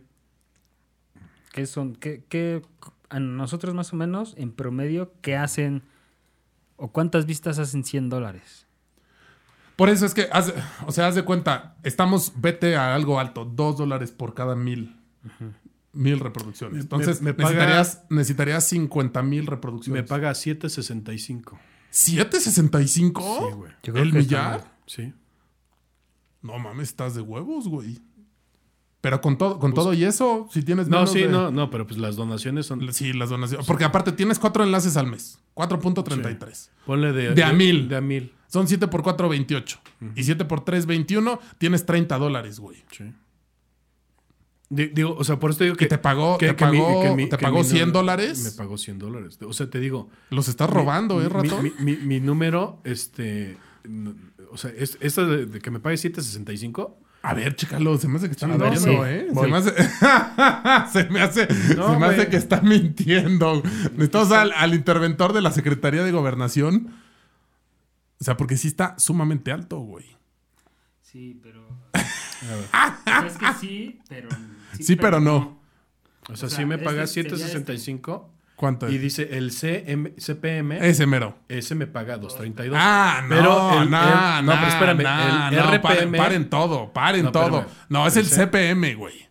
¿Qué a nosotros más o menos, en promedio, qué hacen o cuántas vistas hacen $100? Por eso es que, haz de cuenta, vete a algo alto, $2 por cada 1,000. 1,000 reproducciones. Entonces, necesitarías 50,000 reproducciones. Me paga $7.65. ¿$7.65? Sí, güey. ¿El millar? Sí. No mames, estás de huevos, güey. Pero con todo y eso, si tienes menos no, pero pues las donaciones son... Sí, las donaciones. Porque aparte tienes 4 enlaces al mes. 4.33. Sí. Ponle de a 1,000. De a 1,000. Son 7 por 4, 28. Y 7 por 3, 21. Tienes $30, güey. Sí. Digo, o sea, por eso te digo que... ¿Y te pagó $100? Me pagó $100. O sea, te digo... Los estás robando, ratón. Mi número, o sea, esto de que me pague $7.65... A ver, chécalo, se me hace que está mintiendo, sí. Se me hace que está mintiendo. Necesitamos al interventor de la Secretaría de Gobernación. O sea, porque sí está sumamente alto, güey. Sí, pero... O sea, es que sí, pero... Sí, pero no. O sea, sí me pagas sería 7.65 ¿Cuánto es? y dice el CPM, Ese mero. ese me paga 2.32. Ah, no, pero no, pero espérame, el RPM... Paren todo. No, todo. espérame. No, es el CPM, güey.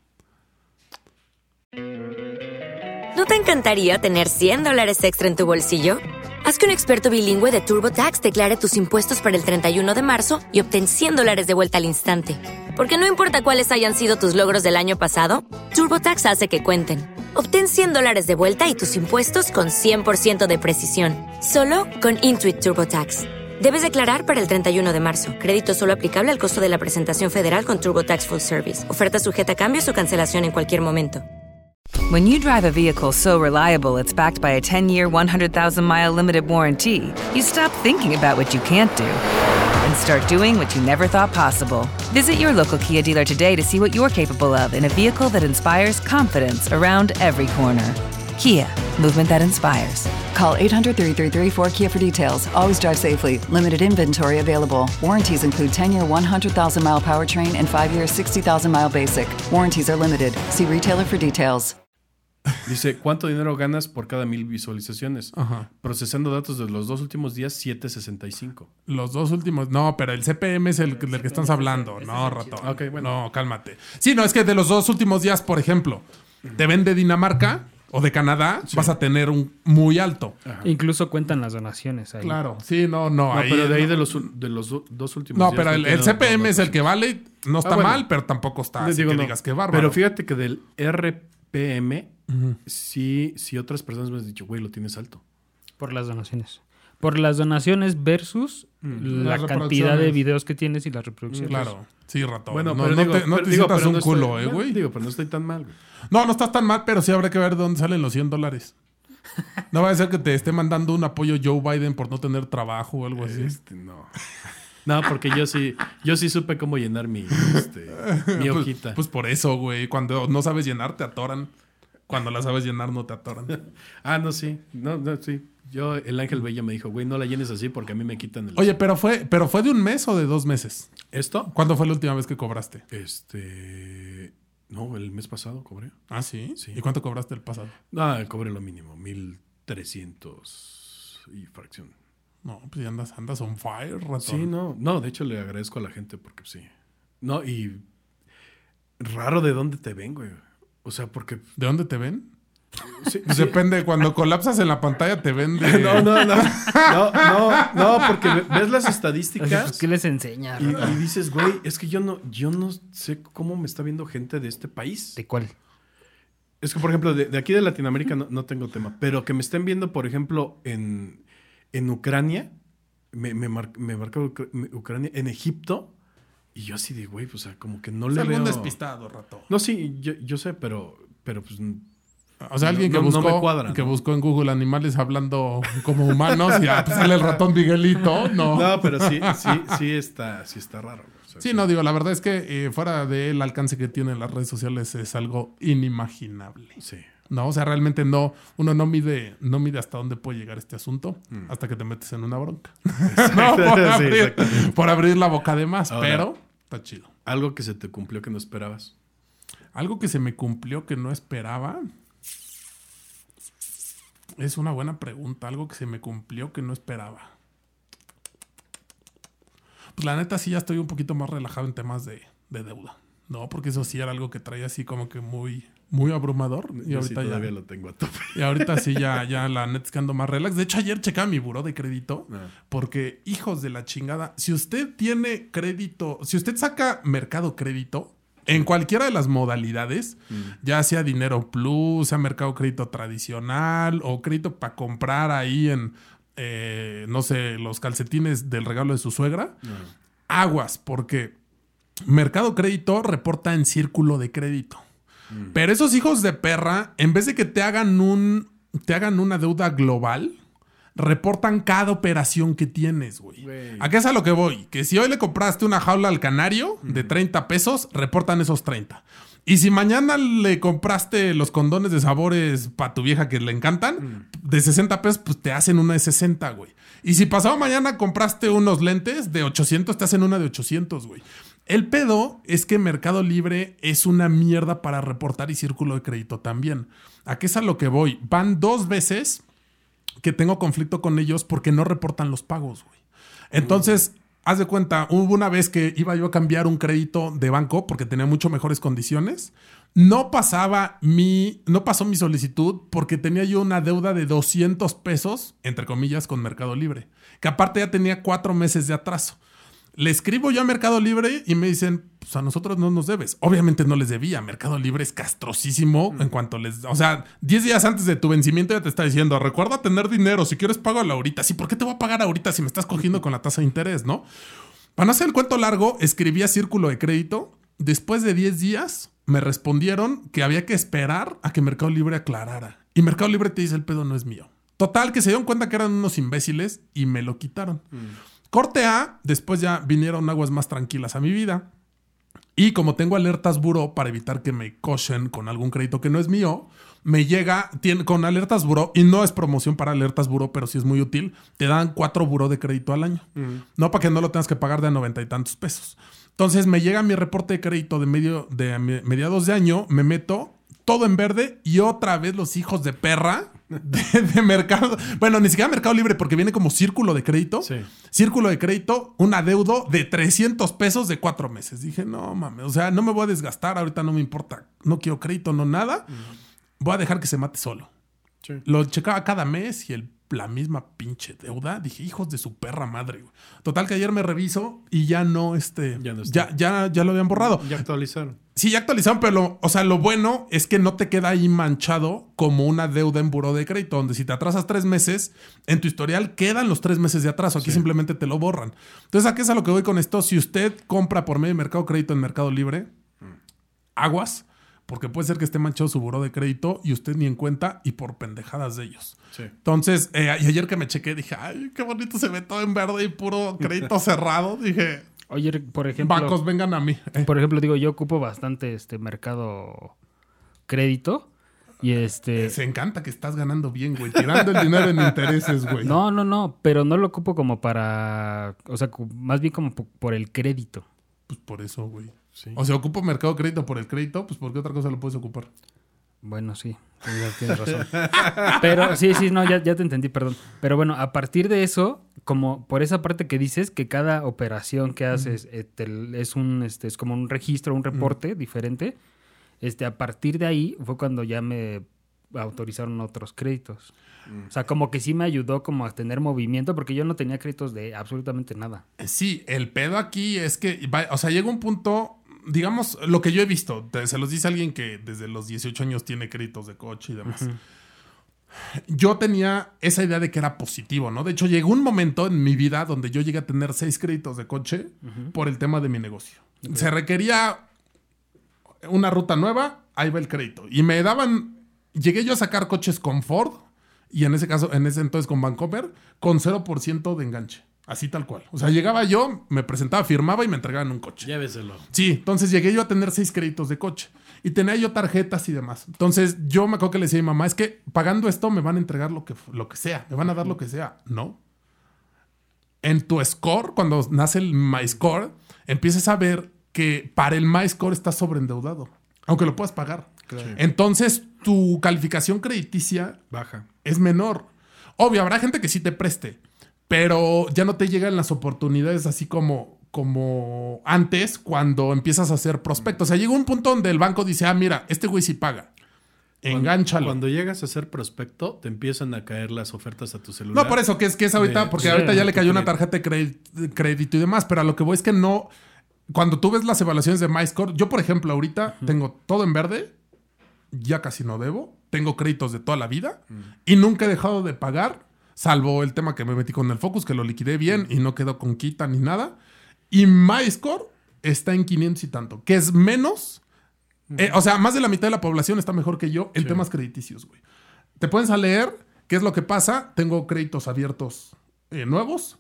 ¿No te encantaría tener $100 extra en tu bolsillo? Haz que un experto bilingüe de TurboTax declare tus impuestos para el 31 de marzo y obtén $100 de vuelta al instante. Porque no importa cuáles hayan sido tus logros del año pasado, TurboTax hace que cuenten. Obtén $100 de vuelta y tus impuestos con 100% de precisión. Solo con Intuit TurboTax. Debes declarar para el 31 de marzo. Crédito solo aplicable al costo de la presentación federal con TurboTax Full Service. Oferta sujeta a cambios o cancelación en cualquier momento. When you drive a vehicle so reliable it's backed by a 10-year, 100,000-mile limited warranty, you stop thinking about what you can't do and start doing what you never thought possible. Visit your local Kia dealer today to see what you're capable of in a vehicle that inspires confidence around every corner. Kia, movement that inspires. Call 800-333-4KIA for details. Always drive safely. Limited inventory available. Warranties include 10-year 100,000-mile powertrain and 5-year 60,000-mile basic. Warranties are limited. See retailer for details. Dice, ¿cuánto dinero ganas por cada 1,000 visualizaciones? Ajá. Procesando datos de los 2 últimos días, 7.65. Los 2 últimos. No, pero el CPM es el del que estamos hablando. No, ratón. Ok, bueno. No, cálmate. Sí, no, es que de los 2 últimos días, por ejemplo, te ven de Dinamarca o de Canadá, vas a tener un muy alto. Ajá. Incluso cuentan las donaciones ahí. Claro. Sí, no. No, ahí, pero de ahí no. de los 2 últimos No, días. pero el tiene CPM es el datos. que vale. No está bueno. mal, pero tampoco está así Digo, que no. digas que bárbaro. Pero fíjate que del RPM, sí otras personas me han dicho, güey, lo tienes alto. Por las donaciones. Por las donaciones versus la Las cantidad de reproducciones. videos que tienes y las reproducciones. Claro. Sí, ratón. Bueno, no, pero no digo, te, no pero te digo, sientas pero un no culo, estoy, güey. Digo, pero no estoy tan mal, güey. No estás tan mal, pero sí habrá que ver de dónde salen los $100. No va a ser que te esté mandando un apoyo Joe Biden por no tener trabajo o algo así. No. No, porque yo sí supe cómo llenar mi hojita. Pues por eso, güey. Cuando no sabes llenar, te atoran. Cuando la sabes llenar, no te atoran. No, sí. No, sí. El Ángel Bella me dijo, güey, no la llenes así porque a mí me quitan el... Oye, pero fue de un mes o de 2 meses. ¿Esto? ¿Cuándo fue la última vez que cobraste? No, el mes pasado cobré. Ah, ¿sí? Sí. ¿Y cuánto cobraste el pasado? Cobré lo mínimo, 1,300 y fracción. No, pues ya andas on fire, ratón. Sí, no, de hecho le agradezco a la gente porque sí. No, y raro de dónde te ven, güey. O sea, porque... ¿De dónde te ven? Sí, Pues sí. depende, cuando colapsas en la pantalla te ven de... No, porque ves las Así, estadísticas pues, ¿qué les enseña? y dices, güey, es que yo no sé cómo me está viendo gente de este país. ¿De cuál? Es que, por ejemplo, de aquí de Latinoamérica no tengo tema, pero que me estén viendo, por ejemplo, en Ucrania, me marca Ucrania, en Egipto, y yo así de, güey, pues, o sea, como que no Es le algún veo... despistado, ratón. No, sí, yo sé, pero pues... O sea, alguien que No buscó me cuadra, que ¿no? buscó en Google animales hablando como humanos y pues sale el ratón Miguelito. No. No, pero sí está raro. O sea, Sí, no, digo, la verdad es que fuera del alcance que tienen las redes sociales es algo inimaginable. Sí. No, o sea, realmente uno no mide hasta dónde puede llegar este asunto hasta que te metes en una bronca. No, Sí, exactamente. por abrir la boca de más, Ahora, pero está chido. Algo que se te cumplió que no esperabas. Algo que se me cumplió que no esperaba. Es una buena pregunta. Algo que se me cumplió que no esperaba. Pues la neta sí ya estoy un poquito más relajado en temas de deuda. No, porque eso sí era algo que traía así como que muy, muy abrumador. Y Yo sí ahorita todavía ya, lo tengo a tope. y ahorita sí ya la neta es que ando más relax. De hecho, ayer checaba mi buró de crédito. Porque, hijos de la chingada, si usted tiene crédito, si usted saca Mercado Crédito, en cualquiera de las modalidades, ya sea Dinero Plus, sea Mercado Crédito tradicional o crédito para comprar ahí en, no sé, los calcetines del regalo de su suegra, aguas, porque Mercado Crédito reporta en círculo de crédito. Pero esos hijos de perra, en vez de que te hagan una deuda global, reportan cada operación que tienes, güey. ¿A qué es a lo que voy? Que si hoy le compraste una jaula al canario de 30 pesos, reportan esos 30. Y si mañana le compraste los condones de sabores para tu vieja que le encantan, de 60 pesos, pues te hacen una de 60, güey. Y si pasado mañana compraste unos lentes de 800, te hacen una de 800, güey. El pedo es que Mercado Libre es una mierda para reportar y círculo de crédito también. ¿A qué es a lo que voy? Van 2 veces que tengo conflicto con ellos porque no reportan los pagos, güey. Entonces, haz de cuenta, hubo una vez que iba yo a cambiar un crédito de banco porque tenía mucho mejores condiciones. No pasó mi solicitud porque tenía yo una deuda de 200 pesos, entre comillas, con Mercado Libre. Que aparte ya tenía 4 meses de atraso. Le escribo yo a Mercado Libre y me dicen, pues a nosotros no nos debes. Obviamente no les debía. Mercado Libre es castrosísimo en cuanto les... O sea, 10 días antes de tu vencimiento ya te está diciendo, recuerda tener dinero. Si quieres, págalo ahorita. Sí, ¿por qué te voy a pagar ahorita si me estás cogiendo con la tasa de interés, no? Para no hacer el cuento largo, escribí a Círculo de Crédito. Después de 10 días me respondieron que había que esperar a que Mercado Libre aclarara. Y Mercado Libre te dice, el pedo no es mío. Total, que se dieron cuenta que eran unos imbéciles y me lo quitaron. Corte A, después ya vinieron aguas más tranquilas a mi vida. Y como tengo alertas buró para evitar que me cochen con algún crédito que no es mío, me llega con alertas buró, y no es promoción para alertas buró, pero sí es muy útil, te dan 4 buró de crédito al año. No para que no lo tengas que pagar de a 90 y tantos pesos. Entonces me llega mi reporte de crédito de mediados de año, me meto todo en verde y otra vez los hijos de perra de Mercado... Bueno, ni siquiera Mercado Libre porque viene como círculo de crédito. Sí. Círculo de crédito, un adeudo de 300 pesos de 4 meses. Dije, no mames, o sea, no me voy a desgastar, ahorita no me importa, no quiero crédito, no nada. Voy a dejar que se mate solo. Sí. Lo checaba cada mes y la misma pinche deuda. Dije, hijos de su perra madre, güey. Total que ayer me reviso y ya no, ya lo habían borrado. Ya actualizaron. Sí, ya actualizaron, pero lo bueno es que no te queda ahí manchado como una deuda en buró de crédito, donde si te atrasas 3 meses, en tu historial quedan los 3 meses de atraso. Aquí simplemente te lo borran. Entonces, ¿a qué es a lo que voy con esto? Si usted compra por medio de Mercado Crédito en Mercado Libre, aguas, porque puede ser que esté manchado su buró de crédito y usted ni en cuenta y por pendejadas de ellos. Sí. Entonces, y ayer que me chequé, dije, ay, qué bonito se ve todo en verde y puro crédito cerrado. Dije... Oye, por ejemplo... Bancos, vengan a mí. Por ejemplo, digo, yo ocupo bastante Mercado Crédito y Se encanta que estás ganando bien, güey. Tirando el dinero en intereses, güey. No. Pero no lo ocupo como para... O sea, más bien como por el crédito. Pues por eso, güey. Sí. O sea, ocupo Mercado Crédito por el crédito, pues ¿por qué otra cosa lo puedes ocupar? Bueno, sí. Tienes razón. Pero sí, no, ya te entendí, perdón. Pero bueno, a partir de eso, como por esa parte que dices, que cada operación que haces es como un registro, un reporte diferente, a partir de ahí fue cuando ya me autorizaron otros créditos. O sea, como que sí me ayudó como a tener movimiento, porque yo no tenía créditos de absolutamente nada. Sí, el pedo aquí es que, llega un punto... Digamos, lo que yo he visto, se los dice alguien que desde los 18 años tiene créditos de coche y demás. Yo tenía esa idea de que era positivo, ¿no? De hecho, llegó un momento en mi vida donde yo llegué a tener 6 créditos de coche por el tema de mi negocio. Okay. Se requería una ruta nueva, ahí va el crédito. Y me daban... Llegué yo a sacar coches con Ford y en ese entonces con Vancomer con 0% de enganche. Así tal cual. O sea, llegaba yo, me presentaba, firmaba y me entregaban un coche. Lléveselo. Sí, entonces llegué yo a tener 6 créditos de coche. Y tenía yo tarjetas y demás. Entonces yo me acuerdo que le decía a mi mamá, es que pagando esto me van a entregar lo que sea. Me van a dar lo que sea. No. En tu score, cuando nace el MyScore, empiezas a ver que para el MyScore estás sobreendeudado. Aunque lo puedas pagar. Claro. Entonces tu calificación crediticia baja. Es menor. Obvio, habrá gente que sí te preste. Pero ya no te llegan las oportunidades así como antes cuando empiezas a hacer prospectos. O sea, llega un punto donde el banco dice, mira, este güey sí paga. Engánchalo. Cuando llegas a hacer prospecto, te empiezan a caer las ofertas a tu celular. No, por eso, que es ahorita, porque ahorita ya le cayó una tarjeta de crédito y demás. Pero a lo que voy es que no... Cuando tú ves las evaluaciones de MyScore, yo, por ejemplo, ahorita tengo todo en verde, ya casi no debo, tengo créditos de toda la vida y nunca he dejado de pagar. Salvo el tema que me metí con el Focus, que lo liquidé bien y no quedó con quita ni nada. Y MyScore está en 500 y tanto, que es menos. Más de la mitad de la población está mejor que yo en temas crediticios, güey. Te pueden leer qué es lo que pasa. Tengo créditos abiertos nuevos.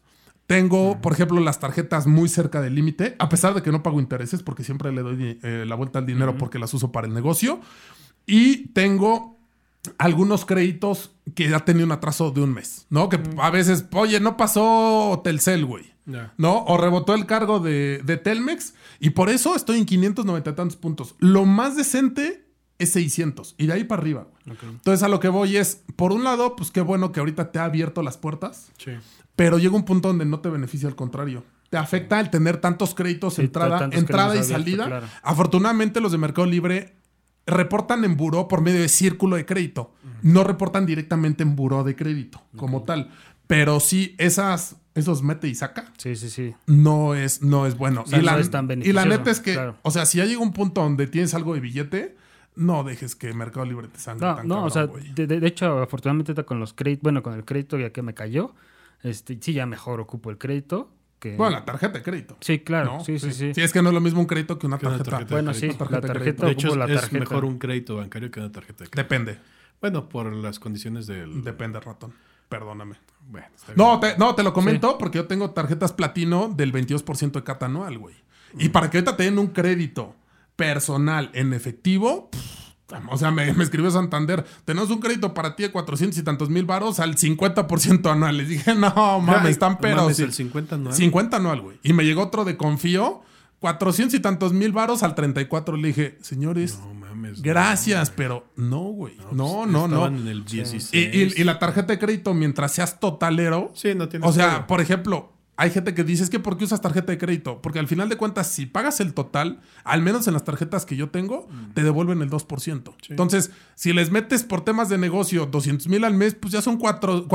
Tengo, por ejemplo, las tarjetas muy cerca del límite, a pesar de que no pago intereses, porque siempre le doy la vuelta al dinero porque las uso para el negocio. Y tengo algunos créditos que ya tenía un atraso de un mes, ¿no? Que a veces, oye, no pasó Telcel, güey. Ya. ¿No? O rebotó el cargo de Telmex y por eso estoy en 590 y tantos puntos. Lo más decente es 600 y de ahí para arriba, güey. Ok. Entonces a lo que voy es, por un lado, pues qué bueno que ahorita te ha abierto las puertas, Sí. pero llega un punto donde no te beneficia, al contrario. Te afecta el tener tantos créditos, Sí, entrada tantos y créditos salida. abiertos, claro. Afortunadamente los de Mercado Libre reportan en buró por medio de círculo de crédito. No reportan directamente en buró de crédito como tal. Pero sí, esos mete y saca Sí. no es bueno. O sea, no es tan y la beneficioso, neta es que, claro. o sea, si ya llega un punto donde tienes algo de billete, no dejes que Mercado Libre te sangre tan No, cabrón, o sea, güey. de hecho, afortunadamente ahorita con los créditos, bueno, con el crédito ya que me cayó, sí, ya mejor ocupo el crédito. Que... Bueno, la tarjeta de crédito. Sí, claro, ¿no? sí. Sí, es que no es lo mismo un crédito que una Que una tarjeta. tarjeta. Bueno, sí, Una la tarjeta de tarjeta, De hecho, ocupo la es tarjeta. mejor un crédito bancario que una tarjeta de crédito. Depende. Bueno, por las condiciones del... Depende, ratón. Perdóname. Bueno, está bien. No, te lo comento porque yo tengo tarjetas platino del 22% de cata anual, güey. Y para que ahorita te den un crédito personal en efectivo, o sea, me escribió Santander, tenemos un crédito para ti de 400 y tantos mil varos al 50% anual. Les dije, no, mames, están peros. Mames, Sí. el 50 anual. 50 anual, güey. Y me llegó otro de Confío, 400 y tantos mil varos al 34. Le dije, señores, No mames. gracias, pero no, güey. No. Estaban en el 16. Y la tarjeta de crédito, mientras seas totalero, Sí, no tiene o sea, pedo. por ejemplo, hay gente que dice, es que ¿por qué usas tarjeta de crédito? Porque al final de cuentas, si pagas el total, al menos en las tarjetas que yo tengo, te devuelven el 2%. Sí. Entonces, si les metes por temas de negocio 200,000 al mes, pues ya son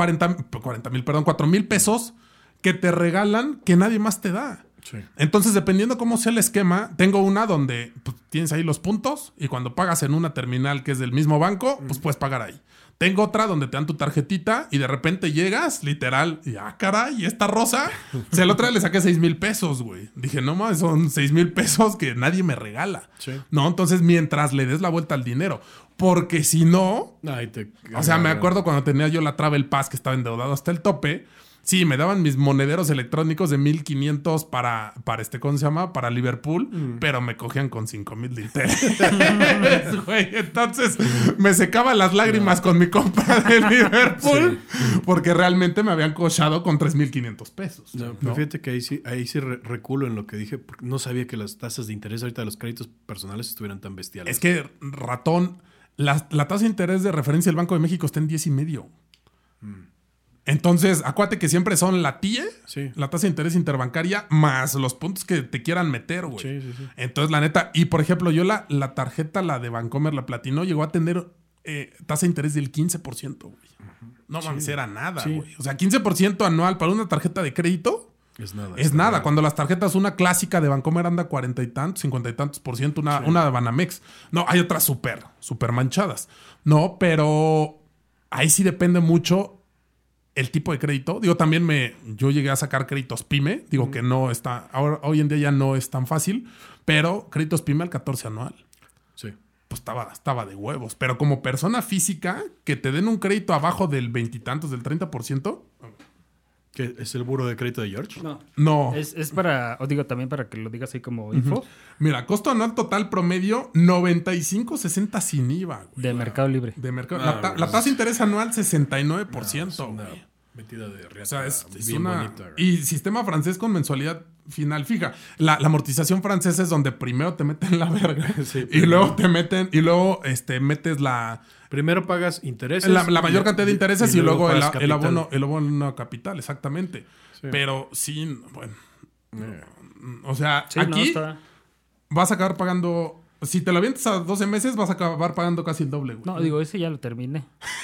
4,000 pesos que te regalan que nadie más te da. Sí. Entonces, dependiendo cómo sea el esquema, tengo una donde pues, tienes ahí los puntos y cuando pagas en una terminal que es del mismo banco, pues puedes pagar ahí. Tengo otra donde te dan tu tarjetita y de repente llegas, literal, y caray, esta rosa. O sea, el otro día le saqué 6,000 pesos, güey. Dije, no más, son 6,000 pesos que nadie me regala. Sí. No, entonces mientras le des la vuelta al dinero. Porque si no, Ay, te... o sea, me acuerdo cuando tenía yo la Travel Pass que estaba endeudado hasta el tope. Sí, me daban mis monederos electrónicos de 1,500 para ¿cómo se llama? Para Liverpool, pero me cogían con 5,000 de interés, güey. Entonces, me secaba las lágrimas con mi compra de Liverpool, porque realmente me habían cochado con 3,500 pesos. No, ¿no? pero fíjate que ahí sí reculo en lo que dije, porque no sabía que las tasas de interés ahorita de los créditos personales estuvieran tan bestiales. Es que, ratón, la tasa de interés de referencia del Banco de México está en 10,5. Entonces, acuérdate que siempre son la TIE, Sí. la tasa de interés interbancaria, más los puntos que te quieran meter, güey. Sí. Entonces, la neta, y por ejemplo, yo la tarjeta, la de Bancomer, la Platino, llegó a tener tasa de interés del 15%, güey. No mames, era nada, Sí. güey. O sea, 15% anual para una tarjeta de crédito Es nada. es nada. Cuando las tarjetas, una clásica de Bancomer anda 40 y tantos, 50 y tantos %, una de Banamex. No, hay otras súper manchadas. No, pero ahí sí depende mucho el tipo de crédito. Digo, también yo llegué a sacar créditos PYME. Digo que no está, hoy en día ya no es tan fácil, pero créditos PYME al 14 anual. Sí. Pues estaba de huevos. Pero como persona física, que te den un crédito abajo del 20 y tantos, del 30%, ¿Qué, es el buro de crédito de George? no. Es para, os digo también para que lo digas ahí como info, Mira, costo anual total promedio 95.60 sin IVA, güey. de Mercado Libre. De mercado. Ah, La tasa de interés anual 69%, Es una güey. metida de riata O sea, es bien una... bonita. Y sistema francés con mensualidad final fija. La amortización francesa es donde primero te meten la verga. Sí, y luego te meten... Y luego metes la Primero pagas intereses. mayor cantidad de intereses y luego pagas el abono capital. capital. Exactamente. Sí. Pero sí, bueno... O sea, Sí, aquí no, está... vas a acabar pagando... Si te lo avientas a 12 meses, vas a acabar pagando casi el doble, güey. No, digo, ese ya lo terminé.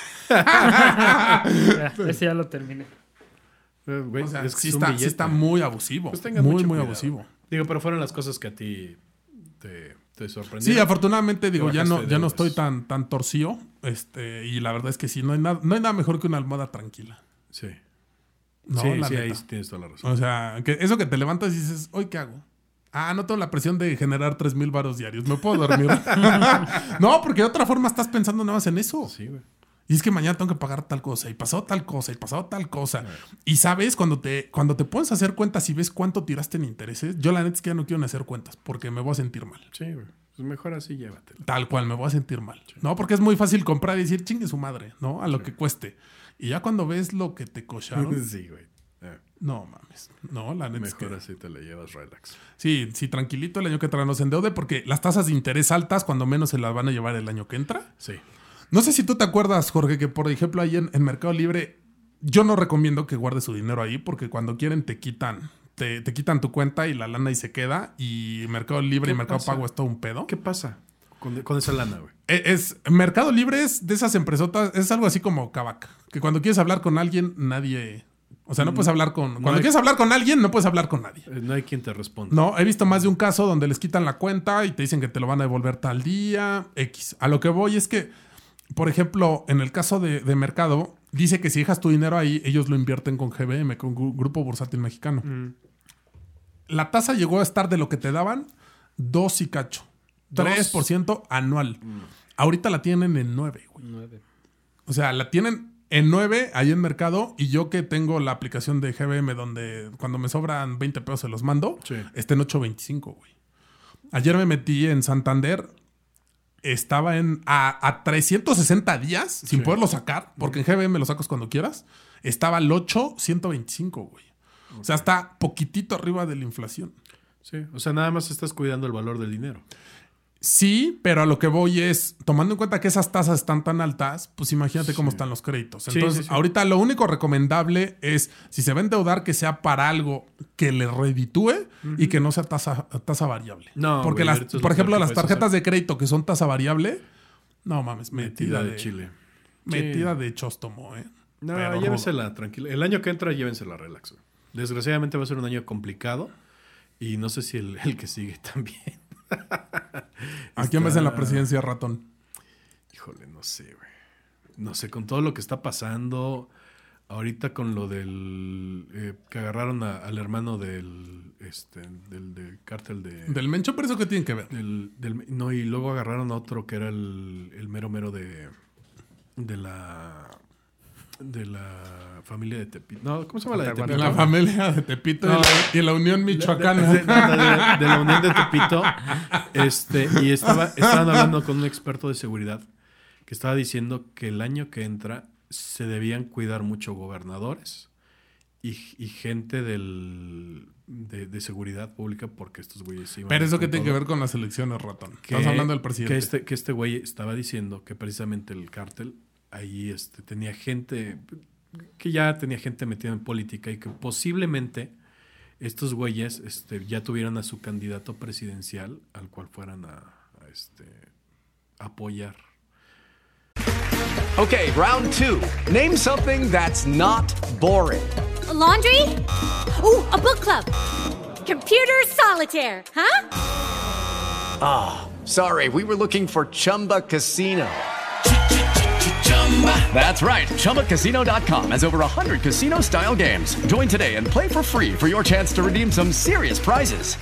Ya, ese ya lo terminé. Güey, O sea, es que sí es un está billete. muy abusivo. Pues tengan muy mucho muy cuidado. abusivo. Digo, pero fueron las cosas que a ti te sorprendieron. Sí, afortunadamente, digo, Te ya bajaste no de estoy deudas. tan torcido. Y la verdad es que sí, no hay nada mejor que una almohada tranquila. Sí. No, sí, la sí, neta. ahí tienes toda la razón. O sea, eso que te levantas y dices, ¿hoy qué hago? No tengo la presión de generar 3,000 varos diarios. ¿Me puedo dormir? No, porque de otra forma estás pensando nada más en eso. Sí, güey. Y es que mañana tengo que pagar tal cosa, y pasó tal cosa, y pasó tal cosa. Y sabes, cuando te pones a hacer cuentas y ves cuánto tiraste en intereses, yo la neta es que ya no quiero ni hacer cuentas porque me voy a sentir mal. Sí, güey. Pues mejor así llévatelo. Tal cual, me voy a sentir mal. Sí. ¿No? Porque es muy fácil comprar y decir, chingue su madre, ¿no? A lo que cueste. Y ya cuando ves lo que te cocharon. Sí, güey. No mames. No, la neta mejor es que así te la llevas relax. Sí, tranquilito el año que entra no se endeude porque las tasas de interés altas cuando menos se las van a llevar el año que entra. Sí. No sé si tú te acuerdas, Jorge, que por ejemplo ahí en Mercado Libre yo no recomiendo que guardes su dinero ahí porque cuando quieren te quitan tu cuenta y la lana ahí se queda y Mercado Libre y Mercado Pago es todo un pedo. ¿Qué pasa con esa lana, güey? Mercado Libre es de esas empresotas, es algo así como Kavak, que cuando quieres hablar con alguien nadie... O sea, no puedes hablar con... Cuando quieres hablar con alguien, no puedes hablar con nadie. No hay quien te responda. No, he visto más de un caso donde les quitan la cuenta y te dicen que te lo van a devolver tal día, X. A lo que voy es que, por ejemplo, en el caso de Mercado, dice que si dejas tu dinero ahí, ellos lo invierten con GBM, con Grupo Bursátil Mexicano. La tasa llegó a estar de lo que te daban, 2 y cacho. 3% anual. Ahorita la tienen en 9, güey. 9. O sea, la tienen... en 9, ahí en Mercado, y yo que tengo la aplicación de GBM donde cuando me sobran 20 pesos se los mando, está en 8.25, güey. Ayer me metí en Santander, estaba a 360 días sin poderlo sacar, porque en GBM lo sacas cuando quieras, estaba al 8.125, güey. Okay. O sea, está poquitito arriba de la inflación. Sí, o sea, nada más estás cuidando el valor del dinero. Sí, pero a lo que voy es, tomando en cuenta que esas tasas están tan altas, pues imagínate cómo están los créditos. Entonces, ahorita lo único recomendable es, si se va a endeudar, que sea para algo que le reditúe y que no sea tasa variable. No, porque por ejemplo, las tarjetas de crédito que son tasa variable, no mames, metida de Chile. Metida de chóstomo, ¿eh? No, pero llévensela tranquila. El año que entra, llévensela relax. Güey. Desgraciadamente va a ser un año complicado y no sé si el que sigue también. ¿A quién ves en la presidencia, ratón? Híjole, no sé, güey. No sé, con todo lo que está pasando ahorita con lo del... que agarraron al hermano del cártel de... ¿Del Mencho? ¿Pero eso qué tiene que ver? No, y luego agarraron a otro que era el mero de la familia de Tepito. No, ¿cómo se llama la de Tepito? La familia de Tepito y la Unión Michoacana. De la Unión de Tepito. Y estaban hablando con un experto de seguridad que estaba diciendo que el año que entra se debían cuidar mucho gobernadores y gente de seguridad pública porque estos güeyes iban... Pero eso que tiene que ver con las elecciones, ratón. Estamos hablando del presidente. Que este güey estaba diciendo que precisamente el cártel ahí tenía gente metida en política y que posiblemente estos güeyes ya tuvieran a su candidato presidencial al cual fueran a apoyar. Okay, round 2. Name something that's not boring. A laundry? Ooh, a book club. Computer solitaire, huh? Ah, sorry, we were looking for Chumba Casino. That's right. ChumbaCasino.com has over 100 casino-style games. Join today and play for free for your chance to redeem some serious prizes.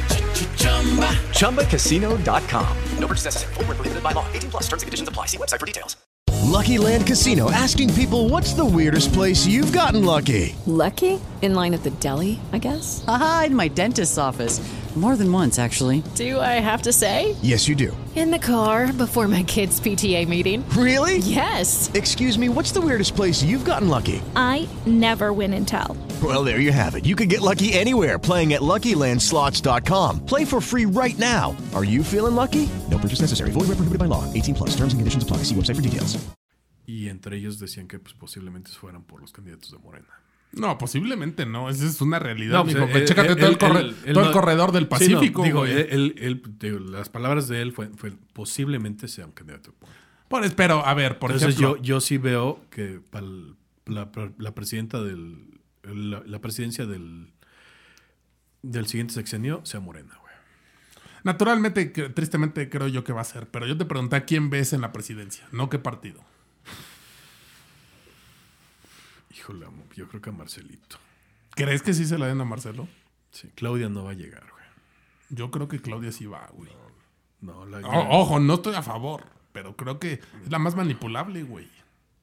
ChumbaCasino.com. No purchase necessary. Void where prohibited by law. 18+ terms and conditions apply. See website for details. Lucky Land Casino, asking people, what's the weirdest place you've gotten lucky? Lucky? In line at the deli, I guess? Aha, in my dentist's office. More than once, actually. Do I have to say? Yes, you do. In the car before my kids' PTA meeting. Really? Yes. Excuse me, what's the weirdest place you've gotten lucky? I never win and tell. Well, there you have it. You can get lucky anywhere, playing at LuckyLandSlots.com. Play for free right now. Are you feeling lucky? No purchase necessary. Void where prohibited by law. 18+. Terms and conditions apply. See website for details. Y entre ellos decían que posiblemente fueran por los candidatos de Morena. No, posiblemente no. Esa es una realidad. No, pues, chécate todo el corredor del Pacífico. Sí, no, digo, las palabras de él fue posiblemente sea un candidato. Pero, a ver, por ejemplo... yo sí veo que la presidenta la presidencia del siguiente sexenio sea Morena, güey. Naturalmente, tristemente creo yo que va a ser. Pero yo te pregunté a quién ves en la presidencia, no qué partido. Híjole, yo creo que a Marcelito. ¿Crees que sí se la den a Marcelo? Sí, Claudia no va a llegar, güey. Yo creo que Claudia sí va, güey. No, ojo, no estoy a favor, pero creo que es la más manipulable, güey.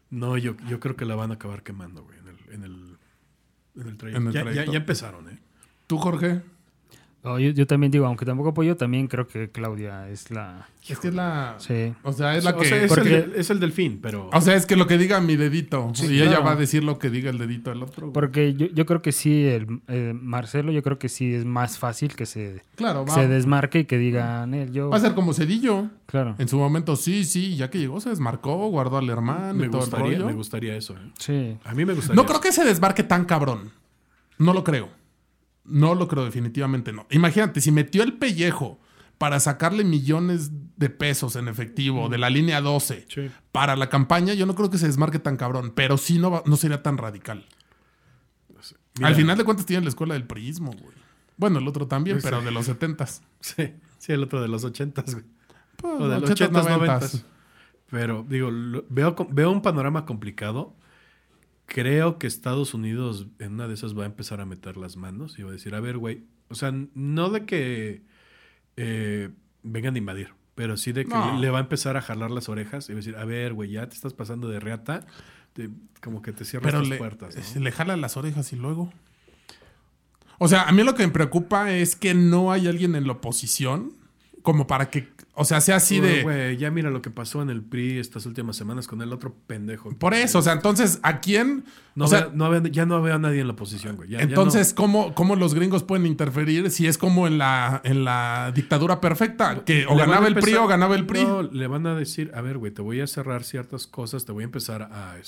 No, yo creo que la van a acabar quemando, güey, en el trayecto. Ya empezaron, ¿eh? ¿Tú, Jorge? No, yo también digo, aunque tampoco apoyo, también creo que Claudia es la... Es que es la... Sí. O sea, es la O que... sea, es el delfín, pero... O sea, es que lo que diga mi dedito. Sí, y claro. ella va a decir lo que diga el dedito del otro. Güey. Porque yo creo que sí, Marcelo, yo creo que sí es más fácil que se desmarque y que digan, yo... Va a ser como Cedillo. Claro. En su momento, sí, ya que llegó se desmarcó, guardó al hermano y todo el rollo. Me gustaría eso, ¿eh? Sí. A mí me gustaría No eso. creo que se desmarque tan cabrón. No lo creo. No lo creo, definitivamente no. Imagínate, si metió el pellejo para sacarle millones de pesos en efectivo de la línea 12 para la campaña, yo no creo que se desmarque tan cabrón, pero sí no sería tan radical. Mira, al final de cuentas tiene la escuela del priismo, güey. Bueno, el otro también, pero de los 70s. Sí, el otro de los 80s, güey. Pues, O de los 80s, 90s. Pero, digo, veo un panorama complicado. Creo que Estados Unidos en una de esas va a empezar a meter las manos y va a decir, a ver, güey, o sea, no de que vengan a invadir, pero sí de que le va a empezar a jalar las orejas y va a decir, a ver, güey, ya te estás pasando de reata, como que te cierras las puertas, ¿no? Le jala las orejas y luego... O sea, a mí lo que me preocupa es que no hay alguien en la oposición como para que... O sea, sea así de... Güey, ya mira lo que pasó en el PRI estas últimas semanas con el otro pendejo. Por eso, o sea, entonces, ¿a quién? Ya no veo a nadie en la oposición, güey. Entonces, ¿cómo los gringos pueden interferir si es como en la dictadura perfecta? Que o ganaba el PRI o ganaba el PRI. No, le van a decir, a ver, güey, te voy a cerrar ciertas cosas, te voy a empezar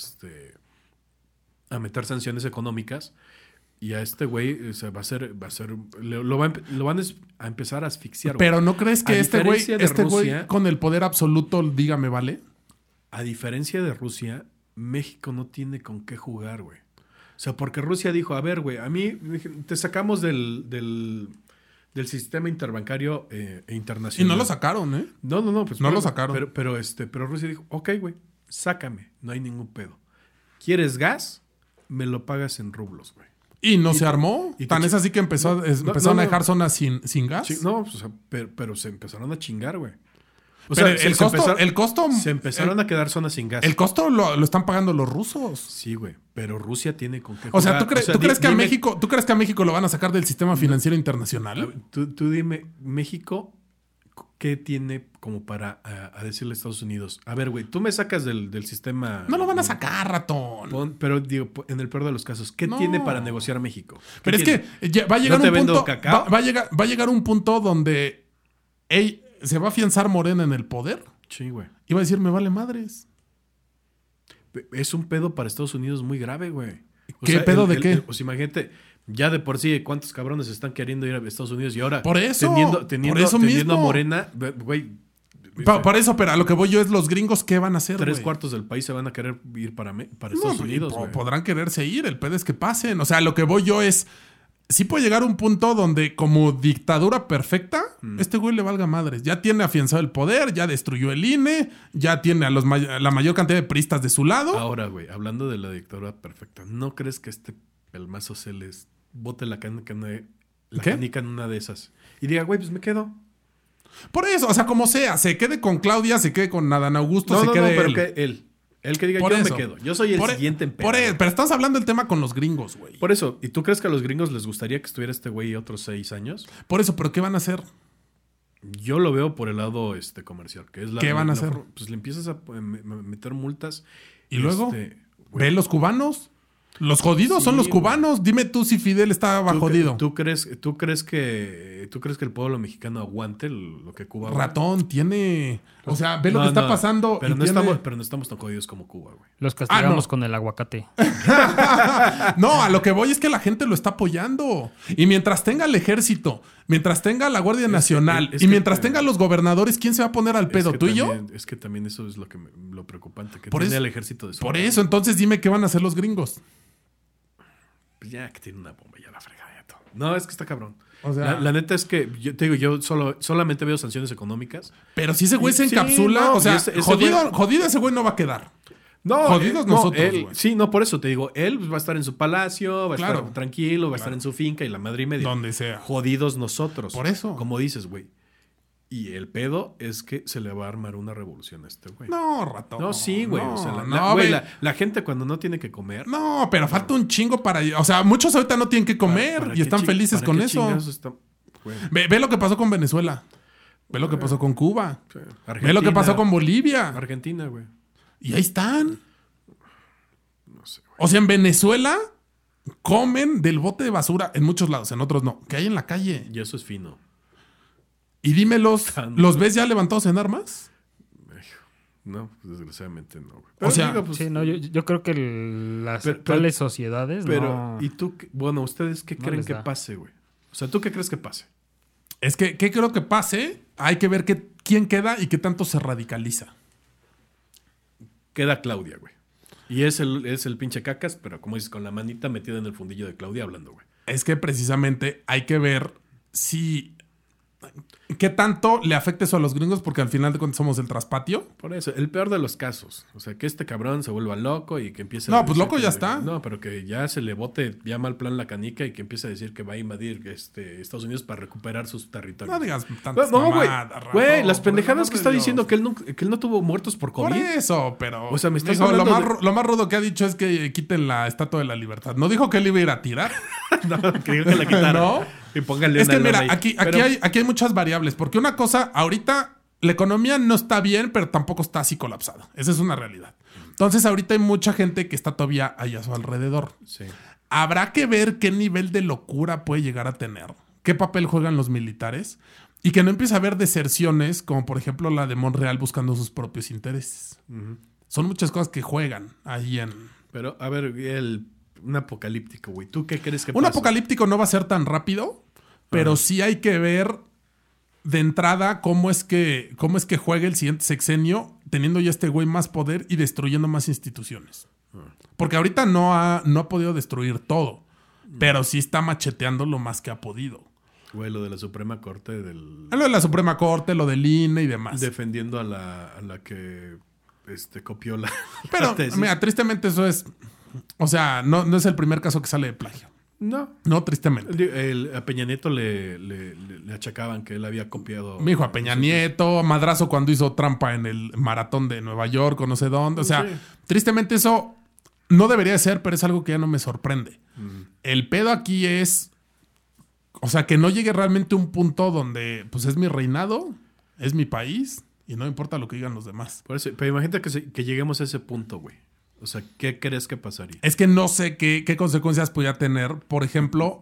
a meter sanciones económicas. Y a este güey lo van a empezar a asfixiar. Pero güey. ¿no crees que este güey con el poder absoluto diga me vale? A diferencia de Rusia, México no tiene con qué jugar, güey. O sea, porque Rusia dijo, a ver, güey, a mí te sacamos del sistema interbancario internacional. Y no lo sacaron, ¿eh? No, pues no lo sacaron. Pero Rusia dijo, ok, güey, sácame, no hay ningún pedo. ¿Quieres gas? Me lo pagas en rublos, güey. ¿Y no se armó? ¿Tan es así que empezaron a dejar zonas sin gas? Sí, no, o sea, pero se empezaron a chingar, güey. O sea, el costo... Se empezaron a quedar zonas sin gas. El costo lo están pagando los rusos. Sí, güey. Pero Rusia tiene con qué jugar. O sea, ¿tú crees que a México lo van a sacar del sistema financiero internacional? Tú dime, México... ¿Qué tiene como para decirle a Estados Unidos? A ver, güey, tú me sacas del sistema... No lo van a sacar, ratón. Pero digo, en el peor de los casos, ¿qué tiene para negociar México? Pero es que va a llegar un punto... Va a llegar un punto donde se va a afianzar Morena en el poder. Sí, güey. Y va a decir, me vale madres. Es un pedo para Estados Unidos muy grave, güey. ¿Qué pedo de qué? Pues imagínate... Ya de por sí, ¿cuántos cabrones están queriendo ir a Estados Unidos? Y ahora, por eso, teniendo a Morena, güey. Por eso, pero a lo que voy yo es los gringos, ¿qué van a hacer? 3/4 del país se van a querer ir para Estados Unidos, güey. Podrán quererse ir, el pedo es que pasen. O sea, lo que voy yo es, sí puede llegar un punto donde como dictadura perfecta, este güey le valga madres. Ya tiene afianzado el poder, ya destruyó el INE, ya tiene a la mayor cantidad de priistas de su lado. Ahora, güey, hablando de la dictadura perfecta, ¿no crees que el mazo se les bote la canica en una de esas y diga, güey, pues me quedo? Por eso, o sea, como sea, se quede con Claudia, se quede con Adán Augusto, se quede pero que él que diga, me quedo. Yo soy el siguiente en pedo. Pero estamos hablando del tema con los gringos, güey. Por eso, ¿y tú crees que a los gringos les gustaría que estuviera este güey otros 6 años? Por eso, ¿pero qué van a hacer? Yo lo veo por el lado comercial, que es ¿Qué van a hacer? Pues le empiezas a meter multas. ¿Y luego? ¿Ven los cubanos? Los jodidos son los cubanos. Dime tú si Fidel estaba jodido. ¿Tú crees que el pueblo mexicano aguante lo que Cuba? Ratón, tiene... O sea, ve lo que está pasando. Pero no estamos tan jodidos como Cuba, güey. Los castigamos con el aguacate. No, a lo que voy es que la gente lo está apoyando. Y mientras tenga el ejército, mientras tenga la Guardia Nacional y mientras tenga los gobernadores, ¿quién se va a poner al pedo? ¿Tú y yo? Es que también eso es lo preocupante, que por tiene eso, el ejército de su Por eso, entonces dime qué van a hacer los gringos. Pues ya que tiene una bomba, ya la fregada, ya todo. No, es que está cabrón. O sea, la neta es que yo solamente veo sanciones económicas. Pero si ese güey se encapsula, o sea, jodido ese güey no va a quedar. No, jodidos nosotros, güey. Sí, no, por eso te digo, él va a estar en su palacio, va a estar tranquilo, va a estar en su finca y la madre y media. Donde sea. Jodidos nosotros. Por eso. Como dices, güey. Y el pedo es que se le va a armar una revolución a este güey. No, ratón. No, sí, güey. No, o sea, güey. la gente cuando no tiene que comer. No, pero falta un chingo para... O sea, muchos ahorita no tienen que comer ¿Para y están felices con eso. Ve lo que pasó con Venezuela. Ve lo que pasó con Cuba. Sí. Ve lo que pasó con Bolivia. Argentina, güey. Y ahí están. No sé, güey. O sea, en Venezuela comen del bote de basura en muchos lados, en otros no. Que hay en la calle. Y eso es fino. Y dímelos, ¿los ves ya levantados en armas? No, pues desgraciadamente no, güey. O sea, digo, pues, sí, no, yo creo que las actuales sociedades pero, no... ¿y tú? Bueno, ¿ustedes qué no creen les que da. pase, güey? O sea, ¿tú qué crees que pase? Es que, ¿qué creo que pase? Hay que ver quién queda y qué tanto se radicaliza. Queda Claudia, güey. Y es el pinche cacas, pero como dices, con la manita metida en el fundillo de Claudia hablando, güey. Es que precisamente hay que ver si... ¿Qué tanto le afecta eso a los gringos? Porque al final de cuentas somos el traspatio. Por eso, el peor de los casos. O sea, que este cabrón se vuelva loco y que empiece No, pues loco ya está. No, pero que ya se le bote ya mal plan la canica y que empiece a decir que va a invadir Estados Unidos para recuperar sus territorios. No digas tantas No, güey. mamadas, Güey, las por pendejadas el que amor está de diciendo Dios. que él no tuvo muertos por COVID. Por eso, pero... O sea, me estás dijo, hablando lo más rudo que ha dicho es que quiten la Estatua de la Libertad. ¿No dijo que él iba a ir a tirar? No, que dijo que la quitaran. ¿No? Y póngale Es una que mira, lona ahí. aquí hay muchas variables. Porque una cosa, ahorita la economía no está bien, pero tampoco está así colapsada. Esa es una realidad. Entonces ahorita hay mucha gente que está todavía ahí a su alrededor. Sí. Habrá que ver qué nivel de locura puede llegar a tener. Qué papel juegan los militares. Y que no empiece a haber deserciones, como por ejemplo la de Monreal buscando sus propios intereses. Son muchas cosas que juegan ahí en... Pero, a ver, un apocalíptico, güey. ¿Tú qué crees que Un pasa? apocalíptico no va a ser tan rápido, pero sí hay que ver de entrada cómo es que juegue el siguiente sexenio, teniendo ya este güey más poder y destruyendo más instituciones. Porque ahorita no ha podido destruir todo, pero sí está macheteando lo más que ha podido. Güey, lo de la Suprema Corte del... Lo de la Suprema Corte, lo del INE y demás. Defendiendo a la que copió la... Pero, la tesis. mira, tristemente eso es... O sea, no es el primer caso que sale de plagio. No. No, tristemente. A Peña Nieto le achacaban que él había copiado... Mi hijo a Peña Nieto, madrazo cuando hizo trampa en el maratón de Nueva York o no sé dónde. O sea, Sí. tristemente eso no debería de ser, pero es algo que ya no me sorprende. El pedo aquí es... O sea, que no llegue realmente a un punto donde pues es mi reinado, es mi país y no importa lo que digan los demás. Por eso, pero imagínate que lleguemos a ese punto, güey. O sea, ¿qué crees que pasaría? Es que no sé qué consecuencias podría tener. Por ejemplo...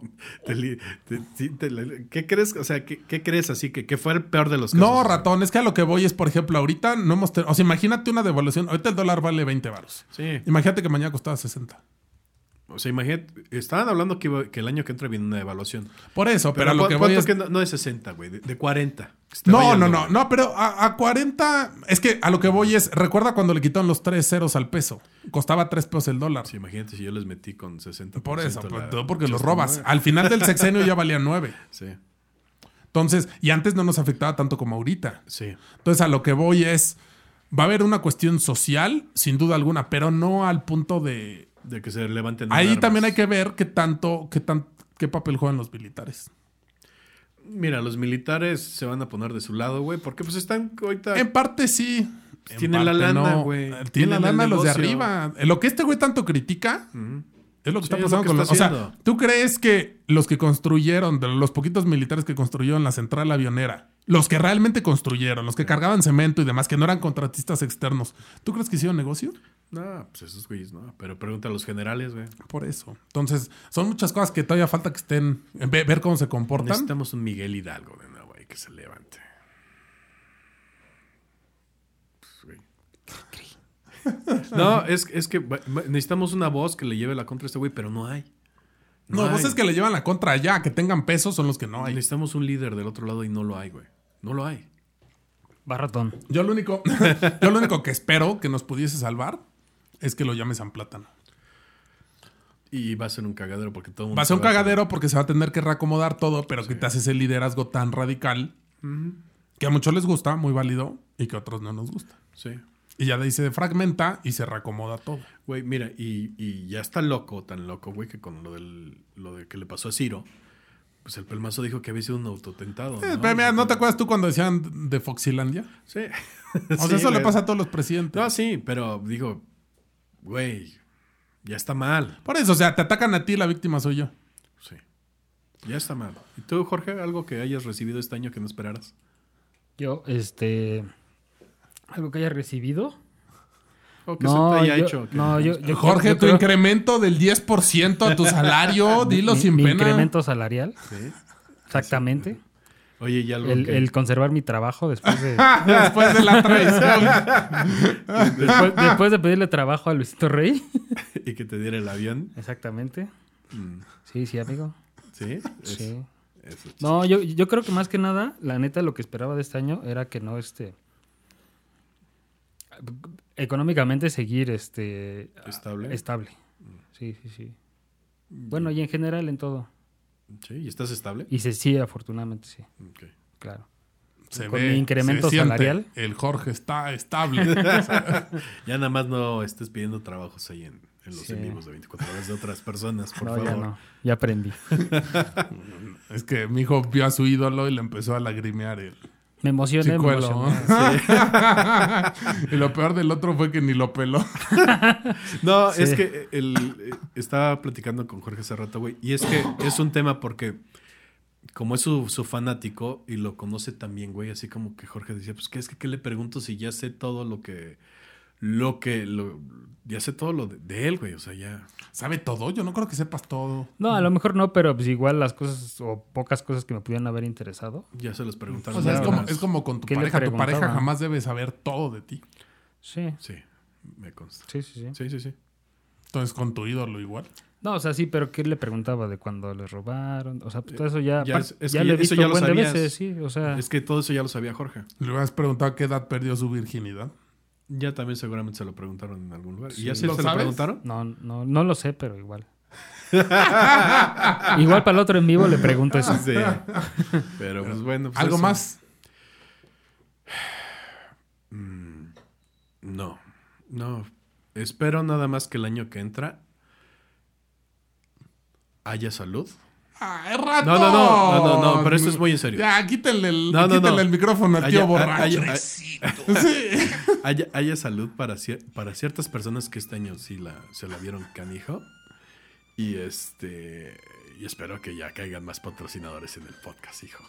¿Qué crees? O sea, ¿qué crees así? Que fue el peor de los casos. No, ratón, es que a lo que voy es, por ejemplo, ahorita no hemos... O sea, imagínate una devaluación. Ahorita el dólar vale 20 varos. Sí. Imagínate que mañana costaba 60. O sea, imagínate, estaban hablando que el año que entra viene una devaluación. Por eso, pero a lo que voy es... Que no de 60, güey, de 40. No, pero a 40... Es que a lo que voy es... Recuerda cuando le quitaron los 3 ceros al peso. Costaba 3 pesos el dólar. Sí, imagínate si yo les metí con 60%. Por eso, todo porque los robas. Al final del sexenio ya valían 9. Sí. Entonces, y antes no nos afectaba tanto como ahorita. Sí. Entonces, a lo que voy es... Va a haber una cuestión social, sin duda alguna, pero no al punto de que se levanten ahí armas. también hay que ver qué papel juegan los militares. Mira, los militares se van a poner de su lado, güey, porque pues están ahorita... En parte sí. Tienen la lana, güey. Tienen la lana el los de negocio. arriba. Lo que este güey tanto critica es lo que está Sí, es pasando lo que con los... está O sea, haciendo. ¿tú crees que los que construyeron, de los poquitos militares que construyeron la central avionera, los que realmente construyeron, los que cargaban cemento y demás, que no eran contratistas externos, ¿tú crees que hicieron negocio? No, pues esos güeyes no. Pero pregunta a los generales, güey. Por eso. Entonces, son muchas cosas que todavía falta que estén... Ver cómo se comportan. Necesitamos un Miguel Hidalgo de nuevo, güey, que se levante. Pues, no, es que necesitamos una voz que le lleve la contra a este güey, pero no hay. No, voces que le llevan la contra allá, que tengan peso, son los que no hay. Necesitamos un líder del otro lado y no lo hay, güey. No lo hay. Barratón. Yo lo único que espero que nos pudiese salvar es que lo llame San Plátano. Y va a ser un cagadero porque todo el mundo... Va a ser un cagadero porque se va a tener que reacomodar todo, pero que te hace ese liderazgo tan radical que a muchos les gusta, muy válido, y que a otros no nos gusta. Sí. Y ya de ahí se fragmenta y se reacomoda todo. Güey, mira, y ya está loco, tan loco, güey, que con lo de que le pasó a Ciro, Pues el pelmazo dijo que había sido un autotentado. ¿no? Pero mira, ¿no te acuerdas tú cuando decían de Foxilandia? Sí. O sea, eso le pasa a todos los presidentes. No, sí, pero digo, güey, ya está mal. Por eso, o sea, te atacan a ti, la víctima soy yo. Sí. Ya está mal. ¿Y tú, Jorge, algo que hayas recibido este año que no esperaras? Yo, algo que haya recibido. O que se te haya hecho. No, yo Jorge, tu creo... incremento del 10% a tu salario, dilo sin mi pena. Incremento salarial. Sí. Exactamente. Oye, ya algo el conservar mi trabajo después de... después de la traición. después de pedirle trabajo a Luisito Rey. Y que te diera el avión. Exactamente. Sí, amigo. ¿Sí? Sí. No, yo creo que más que nada, la neta, lo que esperaba de este año era que no, económicamente seguir, estable. Sí. Bueno, y en general en todo. Sí, ¿y estás estable? Y sí, afortunadamente sí. Okay. Claro. Con mi incremento salarial. El Jorge está estable. Ya nada más no estés pidiendo trabajos ahí en los en vivos de 24 horas de otras personas, por favor. Ya no. Ya aprendí. Es que mi hijo vio a su ídolo y le empezó a lagrimear el... Me emocioné. Sí. Y lo peor del otro fue que ni lo peló. No, sí. Es que estaba platicando con Jorge hace rato, güey. Y es que es un tema porque como es su fanático y lo conoce también, güey, así como que Jorge decía, pues ¿qué le pregunto si ya sé todo ya sé todo lo de él, güey? O sea, ya... ¿Sabe todo? Yo no creo que sepas todo. No, a lo mejor no, pero pues igual las cosas o pocas cosas que me pudieran haber interesado. Ya se los preguntaron. O sea, es como con tu pareja. Tu pareja jamás debe saber todo de ti. Sí. Sí, me consta. Sí. Entonces, ¿con tu ídolo igual? No, o sea, sí, pero ¿qué le preguntaba de cuando le robaron? O sea, pues todo eso ya lo he visto ya un buen de sabías. veces, sí. O sea... Es que todo eso ya lo sabía Jorge. ¿Le hubieras preguntado a qué edad perdió su virginidad? Ya también seguramente se lo preguntaron en algún lugar. Sí. ¿Y ya se lo preguntaron? No lo sé, pero igual. Igual para el otro en vivo le pregunto eso. Sí. Pero pues bueno. Pues ¿algo eso. más? No. Espero nada más que el año que entra haya salud. ¡Es ratón! No, pero esto es muy en serio. Ya, quítenle el micrófono al tío borracho. Haya salud para ciertas personas que este año sí se la vieron canijo. Y espero que ya caigan más patrocinadores en el podcast, hijo.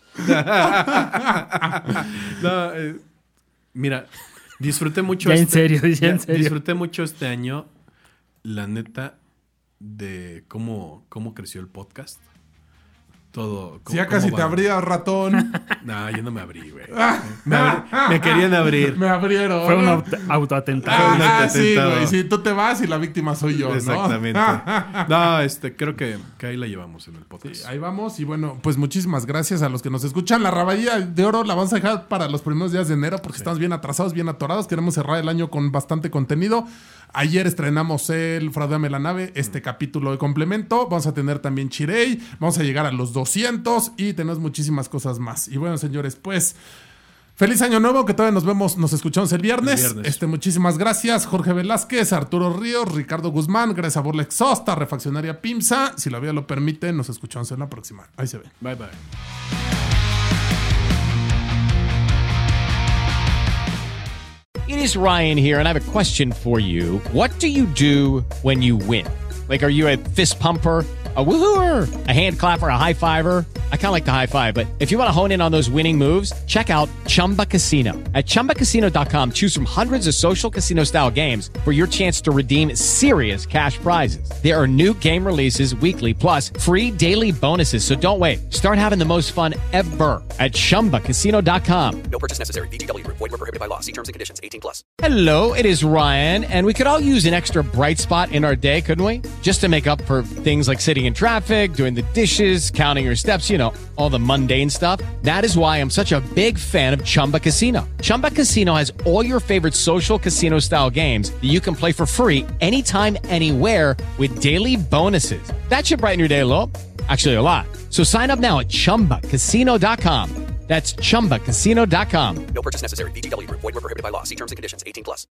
Mira, disfruté mucho en serio. Disfruté mucho este año, la neta, de cómo creció el podcast. Todo. Si ya casi te abría, ratón. No, yo no me abrí, güey. Me querían abrir. Me abrieron. Fue un autoatentado. Sí, güey. Si tú te vas y la víctima soy yo, exactamente. No, creo que ahí la llevamos en el podcast. Sí, ahí vamos. Y bueno, pues muchísimas gracias a los que nos escuchan. La Rabadilla de Oro la vamos a dejar para los primeros días de enero porque estamos bien atrasados, bien atorados. Queremos cerrar el año con bastante contenido. Ayer estrenamos el Fraudeame la Nave, capítulo de complemento. Vamos a tener también Chirey. Vamos a llegar a los 200 y tenemos muchísimas cosas más. Y bueno, señores, pues feliz año nuevo, que todavía nos escuchamos el viernes. Muchísimas gracias, Jorge Velázquez, Arturo Ríos, Ricardo Guzmán, gracias a Borla Exhausta, Refaccionaria Pimsa. Si la vida lo permite, nos escuchamos en la próxima. Ahí se ve. Bye. It is Ryan here, and I have a question for you. What do you do when you win? Like, are you a fist pumper? A woohooer, a hand clapper, a high fiver. I kind of like the high five, but if you want to hone in on those winning moves, check out Chumba Casino. At ChumbaCasino.com, choose from hundreds of social casino style games for your chance to redeem serious cash prizes. There are new game releases weekly, plus free daily bonuses. So don't wait. Start having the most fun ever at ChumbaCasino.com. No purchase necessary. VGW. Void where prohibited by law. See terms and conditions. 18+. Hello, it is Ryan, and we could all use an extra bright spot in our day, couldn't we? Just to make up for things like sitting in traffic, doing the dishes, counting your steps, you know, all the mundane stuff. That is why I'm such a big fan of Chumba Casino. Chumba Casino has all your favorite social casino style games that you can play for free anytime, anywhere with daily bonuses. That should brighten your day a little. Actually, a lot. So sign up now at ChumbaCasino.com. That's ChumbaCasino.com. No purchase necessary. VGW. Void where prohibited by law. See terms and conditions. 18+.